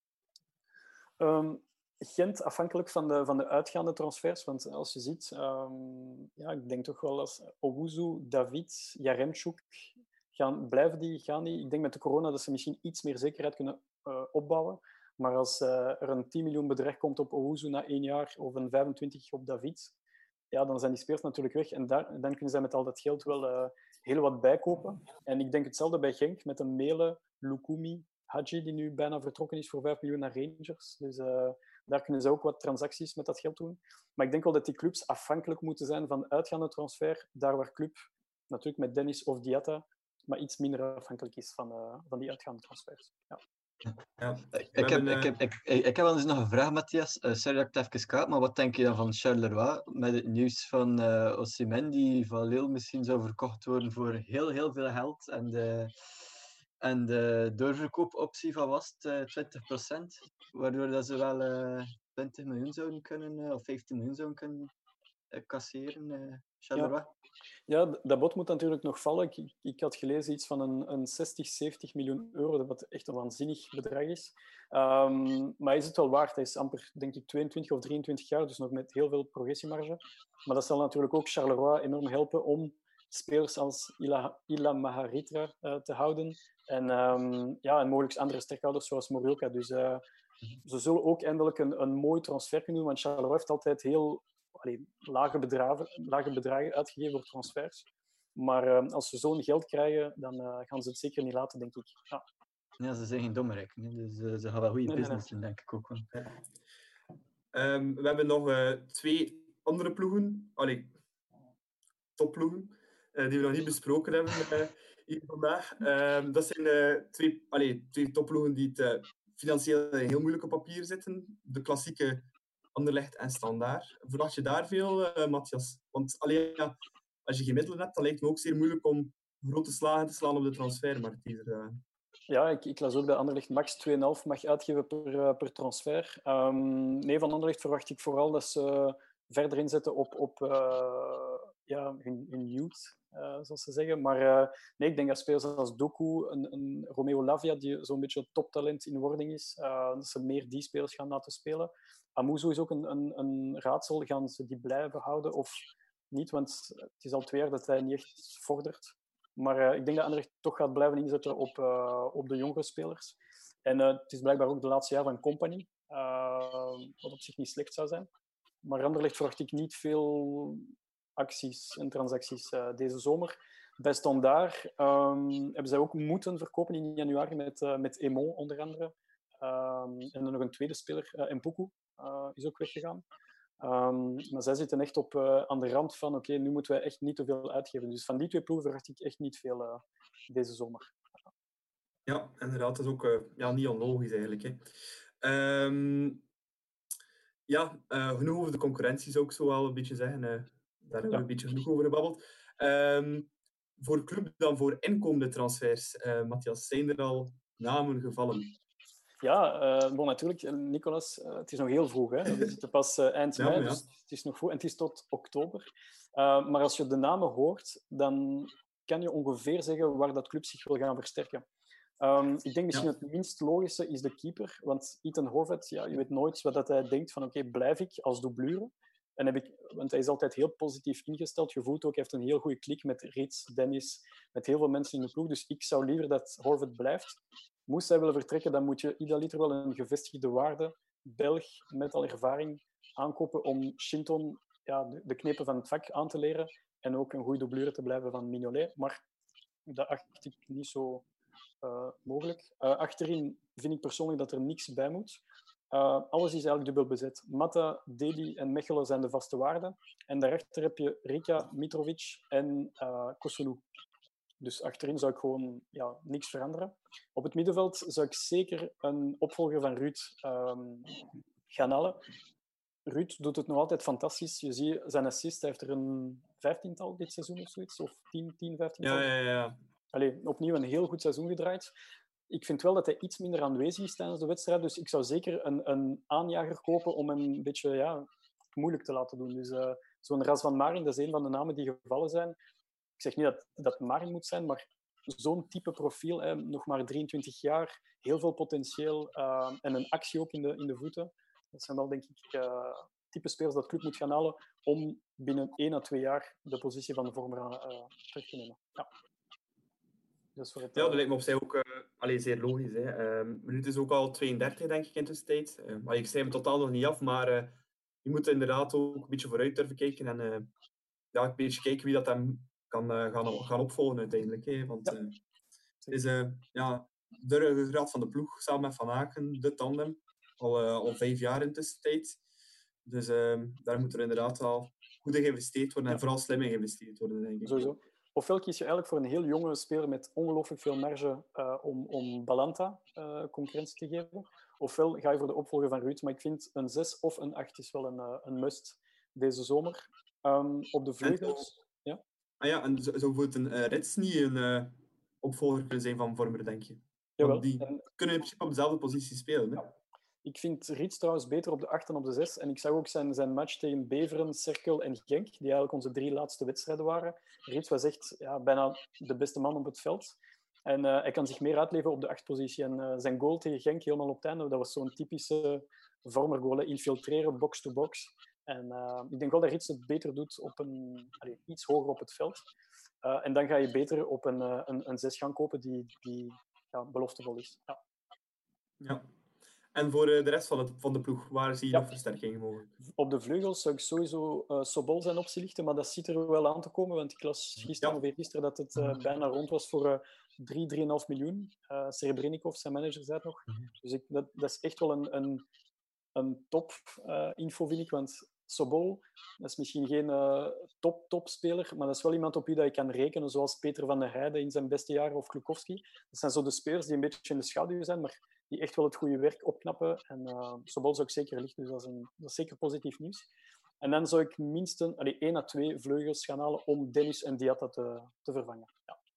Gent, afhankelijk van de uitgaande transfers. Want als je ziet, ik denk toch wel als Owuzu, David, Yaremchuk, blijven die? Ik denk met de corona dat ze misschien iets meer zekerheid kunnen opbouwen. Maar als er een 10 miljoen bedrag komt op Owuzu na 1 jaar of een 25 op David, ja, dan zijn die spelers natuurlijk weg. En dan kunnen zij met al dat geld wel heel wat bijkopen. En ik denk hetzelfde bij Genk met een Mele, Lukumi, Hadji, die nu bijna vertrokken is voor 5 miljoen naar Rangers. Dus daar kunnen ze ook wat transacties met dat geld doen. Maar ik denk wel dat die clubs afhankelijk moeten zijn van uitgaande transfer, daar waar club, natuurlijk met Dennis of Diatta, maar iets minder afhankelijk is van die uitgaande transfers. Ja. Ja. Ik heb wel eens nog een vraag, Matthias. Sorry dat ik het even kaap, maar wat denk je dan van Charleroi met het nieuws van Osimhen die van Lille misschien zou verkocht worden voor heel, heel veel geld En de doorverkoopoptie van was het 20%, waardoor dat ze wel 20 miljoen zouden kunnen, of 15 miljoen zouden kunnen casseren, Charleroi. Ja, dat bod moet natuurlijk nog vallen. Ik had gelezen iets van een 60, 70 miljoen euro, wat echt een waanzinnig bedrag is. Maar is het wel waard? Hij is amper, denk ik, 22 of 23 jaar, dus nog met heel veel progressiemarge. Maar dat zal natuurlijk ook Charleroi enorm helpen om spelers als Ila Maharitra te houden. En mogelijk andere sterkhouders zoals Morioka. Dus ze zullen ook eindelijk een mooi transfer kunnen doen, want Charleroi heeft altijd heel lage bedragen uitgegeven voor transfers. Maar als ze zo'n geld krijgen, dan gaan ze het zeker niet laten, denk ik. Ja, ze zijn geen dommerik, dus ze gaan wel goede business doen, denk ik ook wel. We hebben nog 2 andere ploegen, topploegen, die we nog niet besproken hebben hier vandaag. Dat zijn 2 topploegen die het financieel in heel moeilijke papier zitten. De klassieke Anderlecht en Standaard. Verwacht je daar veel, Matthias? Want als je geen middelen hebt, dan lijkt het me ook zeer moeilijk om grote slagen te slaan op de transfermarkt deze dagen. Ja, ik las ook dat Anderlecht max 2,5 mag uitgeven per transfer. Van Anderlecht verwacht ik vooral dat ze verder inzetten op hun youth, zoals ze zeggen. Maar ik denk dat spelers als Doku, een Romeo Lavia, die zo'n beetje toptalent in wording is, dat ze meer die spelers gaan laten spelen. Amuzu is ook een raadsel. Gaan ze die blijven houden of niet? Want het is al 2 jaar dat hij niet echt vordert. Maar ik denk dat Anderlecht toch gaat blijven inzetten op de jongere spelers. En het is blijkbaar ook de laatste jaar van Company, wat op zich niet slecht zou zijn. Maar Anderlecht verwacht ik niet veel acties en transacties deze zomer. Bij Standaard hebben zij ook moeten verkopen in januari met Emon onder andere. En dan nog een tweede speler, Mpuku, is ook weggegaan. Maar zij zitten echt aan de rand van nu moeten wij echt niet te veel uitgeven. Dus van die 2 ploegen verwacht ik echt niet veel deze zomer. Ja, inderdaad. Dat is ook niet onlogisch eigenlijk. Hè. Genoeg over de concurrentie zou ik zo wel een beetje zeggen. Daar hebben we een beetje genoeg over gebabbeld. Voor club dan voor inkomende transfers, Matthias, zijn er al namen gevallen? Ja, natuurlijk, Nicolas, het is nog heel vroeg. Hè? We zitten pas eind mei, dus het is nog vroeg. En het is tot oktober. Maar als je de namen hoort, dan kan je ongeveer zeggen waar dat club zich wil gaan versterken. Ik denk misschien het minst logische is de keeper. Want Ethan Horvath, je weet nooit wat hij denkt van blijf ik als doublure? Want hij is altijd heel positief ingesteld. Je voelt ook, hij heeft een heel goede klik met Rits, Dennis, met heel veel mensen in de ploeg. Dus ik zou liever dat Horvath blijft. Moest hij willen vertrekken, dan moet je idealiter wel een gevestigde waarde Belg met al ervaring aankopen om Shinton de knepen van het vak aan te leren en ook een goede doublure te blijven van Mignolet. Maar dat acht ik niet zo mogelijk. Achterin vind ik persoonlijk dat er niks bij moet. Alles is eigenlijk dubbel bezet. Mata, Deli en Mechelen zijn de vaste waarden. En daarachter heb je Rika, Mitrovic en Kosunu. Dus achterin zou ik gewoon niks veranderen. Op het middenveld zou ik zeker een opvolger van Ruud gaan halen. Ruud doet het nog altijd fantastisch. Je ziet zijn assist, hij heeft er een 15-tal dit seizoen of zoiets. Of 15-tal. Ja. Opnieuw een heel goed seizoen gedraaid. Ik vind wel dat hij iets minder aanwezig is tijdens de wedstrijd. Dus ik zou zeker een aanjager kopen om hem een beetje moeilijk te laten doen. Dus zo'n Razvan Marin, dat is een van de namen die gevallen zijn. Ik zeg niet dat Marin moet zijn, maar zo'n type profiel, nog maar 23 jaar, heel veel potentieel en een actie ook in de voeten. Dat zijn wel, denk ik, type spelers dat de club moet gaan halen om binnen 1 à 2 jaar de positie van de vormer terug te nemen. Ja. Dus voor het, dat lijkt me op zich ook zeer logisch. Minuut is ook al 32, denk ik, in tussentijd. Ik schrijf hem totaal nog niet af, maar je moet inderdaad ook een beetje vooruit durven kijken en een beetje kijken wie dat hem kan gaan opvolgen uiteindelijk. Hè? Want het is de ruggengraat van de ploeg, samen met Van Aken, de tandem, al 5 jaar in tussentijd. Dus daar moet er inderdaad wel goed in geïnvesteerd worden en vooral slim in geïnvesteerd worden, denk ik. Sowieso. Ofwel kies je eigenlijk voor een heel jonge speler met ongelooflijk veel marge om Balanta concurrentie te geven. Ofwel ga je voor de opvolger van Ruud. Maar ik vind een 6 of een 8 is wel een must deze zomer. Op de vleugels... En zo bijvoorbeeld een Rits niet opvolger kunnen zijn van Vormer, denk je? Jawel. Want die kunnen in principe op dezelfde positie spelen. Hè? Ik vind Rits trouwens beter op de 8 dan op de 6. En ik zag ook zijn match tegen Beveren, Cerkel en Genk, die eigenlijk onze 3 laatste wedstrijden waren. Rits was echt bijna de beste man op het veld. En hij kan zich meer uitleven op de 8-positie. En zijn goal tegen Genk helemaal op het einde, dat was zo'n typische Vormer-goal. Infiltreren, box-to-box. En ik denk wel dat Rits het beter doet op iets hoger op het veld. En dan ga je beter op een 6 gaan kopen die beloftevol is. Ja. En voor de rest van de ploeg, waar zie je nog versterkingen mogelijk? Op de vleugels zou ik sowieso Sobol zijn optie lichten, maar dat ziet er wel aan te komen, want ik las gisteren dat het bijna rond was voor 3,5 miljoen. Serebrennikov, zijn manager, zei het nog. Dus dat is echt wel een top info, vind ik, want Sobol, dat is misschien geen top-speler, maar dat is wel iemand op wie dat je kan rekenen, zoals Peter van der Heijden in zijn beste jaren of Klukowski. Dat zijn zo de spelers die een beetje in de schaduw zijn, maar die echt wel het goede werk opknappen. En Sobol zou ik zeker lichten, dus dat is zeker positief nieuws. En dan zou ik minstens 1 à 2 vleugels gaan halen om Dennis en Diatta te vervangen.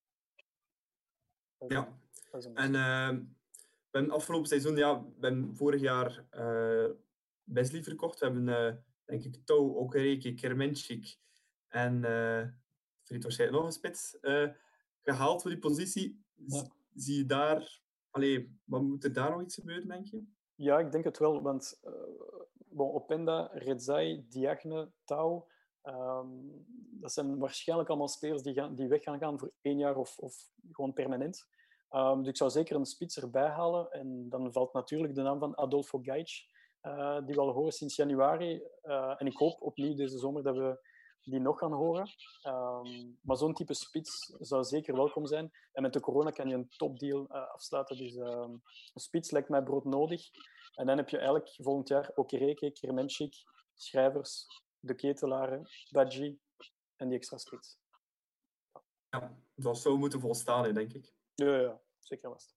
En we hebben afgelopen seizoen, we hebben vorig jaar Wesley verkocht. We hebben, denk ik, Touw, Okereke, Kermenschik en vergeet waarschijnlijk nog een spits gehaald voor die positie. Zie je daar... wat moet er daar nog iets gebeuren, denk je? Ja, ik denk het wel, want Openda, Redzai, Diagne, Touw, dat zijn waarschijnlijk allemaal spelers die weg gaan voor 1 jaar of gewoon permanent. Dus ik zou zeker een spits erbij halen. En dan valt natuurlijk de naam van Adolfo Gajic, die we al horen sinds januari. En ik hoop opnieuw deze zomer dat we die nog gaan horen. Maar zo'n type spits zou zeker welkom zijn. En met de corona kan je een topdeal afsluiten. Dus een spits lijkt mij broodnodig. En dan heb je eigenlijk volgend jaar Okereke, Kermenschik, Schrijvers, De Ketelaren, Badji en die extra spits. Ja, dat zou moeten volstaan, denk ik. Ja, zeker vast.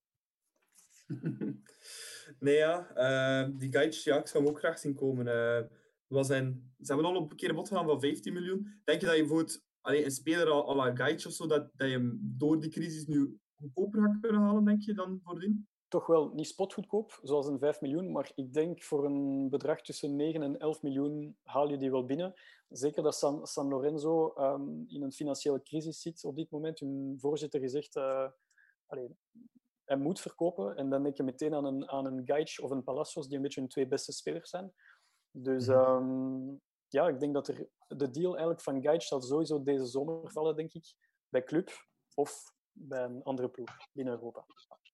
Nee, die Gajic, ik zou hem ook graag zien komen. Ze hebben al op een keer een bod gedaan van 15 miljoen. Denk je dat je bijvoorbeeld een speler à la Gajic of zo, dat je hem door die crisis nu goedkoper gaat kunnen halen, denk je, dan voordien? Toch wel niet spotgoedkoop, zoals een 5 miljoen, maar ik denk voor een bedrag tussen 9 en 11 miljoen haal je die wel binnen. Zeker dat San Lorenzo in een financiële crisis zit op dit moment. Hun voorzitter gezegd, hij moet verkopen. En dan denk je meteen aan een Gajic of een Palacios, die een beetje hun 2 beste spelers zijn. Dus ik denk dat de deal eigenlijk van Gajic zal sowieso deze zomer vallen, denk ik. Bij club of bij een andere ploeg binnen Europa.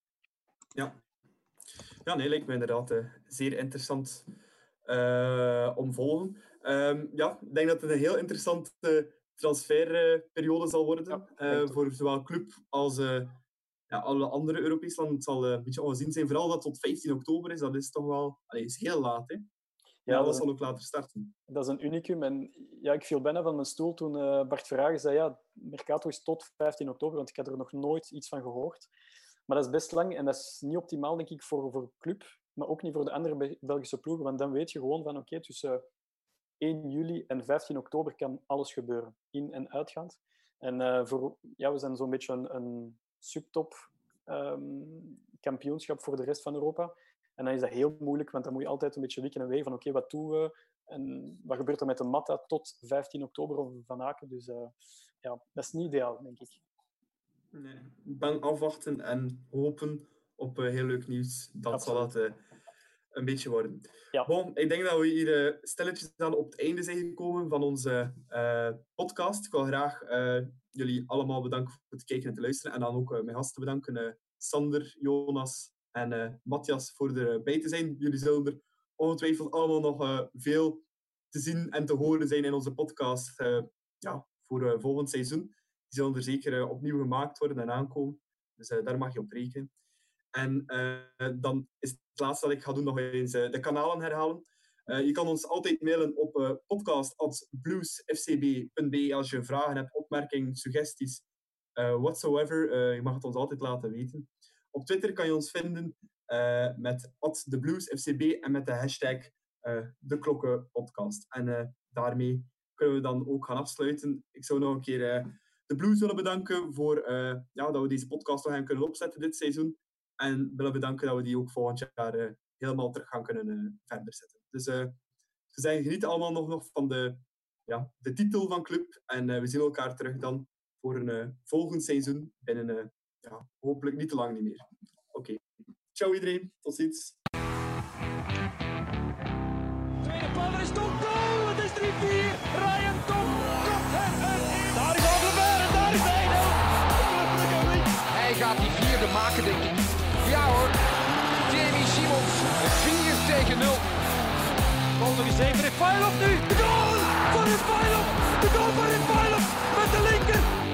Ja, nee, lijkt me inderdaad zeer interessant om volgen. Ik denk dat het een heel interessante transferperiode zal worden voor zowel club als alle andere Europese landen. Het zal een beetje ongezien zijn, vooral dat het tot 15 oktober is. Dat is toch wel is heel laat, hè? Ja, dat zal ook later starten. Dat is een unicum. En ik viel bijna van mijn stoel toen Bart Verhagen zei, Mercato is tot 15 oktober, want ik had er nog nooit iets van gehoord. Maar dat is best lang en dat is niet optimaal, denk ik, voor club, maar ook niet voor de andere Belgische ploegen, want dan weet je gewoon van, tussen 1 juli en 15 oktober kan alles gebeuren, in- en uitgaand. En we zijn zo'n beetje een subtop kampioenschap voor de rest van Europa. En dan is dat heel moeilijk, want dan moet je altijd een beetje wikken en wegen van wat doen we en wat gebeurt er met de Matta tot 15 oktober of Van Aken. Dus dat is niet ideaal, denk ik. Nee, bang afwachten en hopen op heel leuk nieuws. Dat zal het een beetje worden. Ja. Bon, ik denk dat we hier stilletjes aan op het einde zijn gekomen van onze podcast. Ik wil graag jullie allemaal bedanken voor het kijken en te luisteren. En dan ook mijn gasten bedanken. Sander, Jonas en Matthias voor erbij te zijn. Jullie zullen er ongetwijfeld allemaal nog veel te zien en te horen zijn in onze podcast voor volgend seizoen. Die zullen er zeker opnieuw gemaakt worden en aankomen. Dus daar mag je op rekenen. En dan is het laatste dat ik ga doen nog eens de kanalen herhalen. Je kan ons altijd mailen op podcast@bluesfcb.be als je vragen hebt, opmerkingen, suggesties, whatsoever. Je mag het ons altijd laten weten. Op Twitter kan je ons vinden met @thebluesfcb en met de hashtag #deklokkenpodcast. En daarmee kunnen we dan ook gaan afsluiten. Ik zou nog een keer de Blues willen bedanken voor dat we deze podcast nog hebben kunnen opzetten dit seizoen. En willen bedanken dat we die ook volgend jaar helemaal terug gaan kunnen verder zetten. Dus we zeggen geniet allemaal nog van de titel van club. En we zien elkaar terug dan voor een volgend seizoen. Binnen hopelijk niet te lang niet meer. Oké. Ciao iedereen. Tot ziens. Tweede paal is toch goal. Het is 3-4. Ryan Tom kopt hem erin. Daar is Alderweireld en daar is Eindhoven. Hij gaat die vierde maken, denk ik. Ja hoor. Jamie Simons. 4-0. Bal nog eens even. Refailov nu. De goal voor Refailov. De goal voor Refailov met de linker.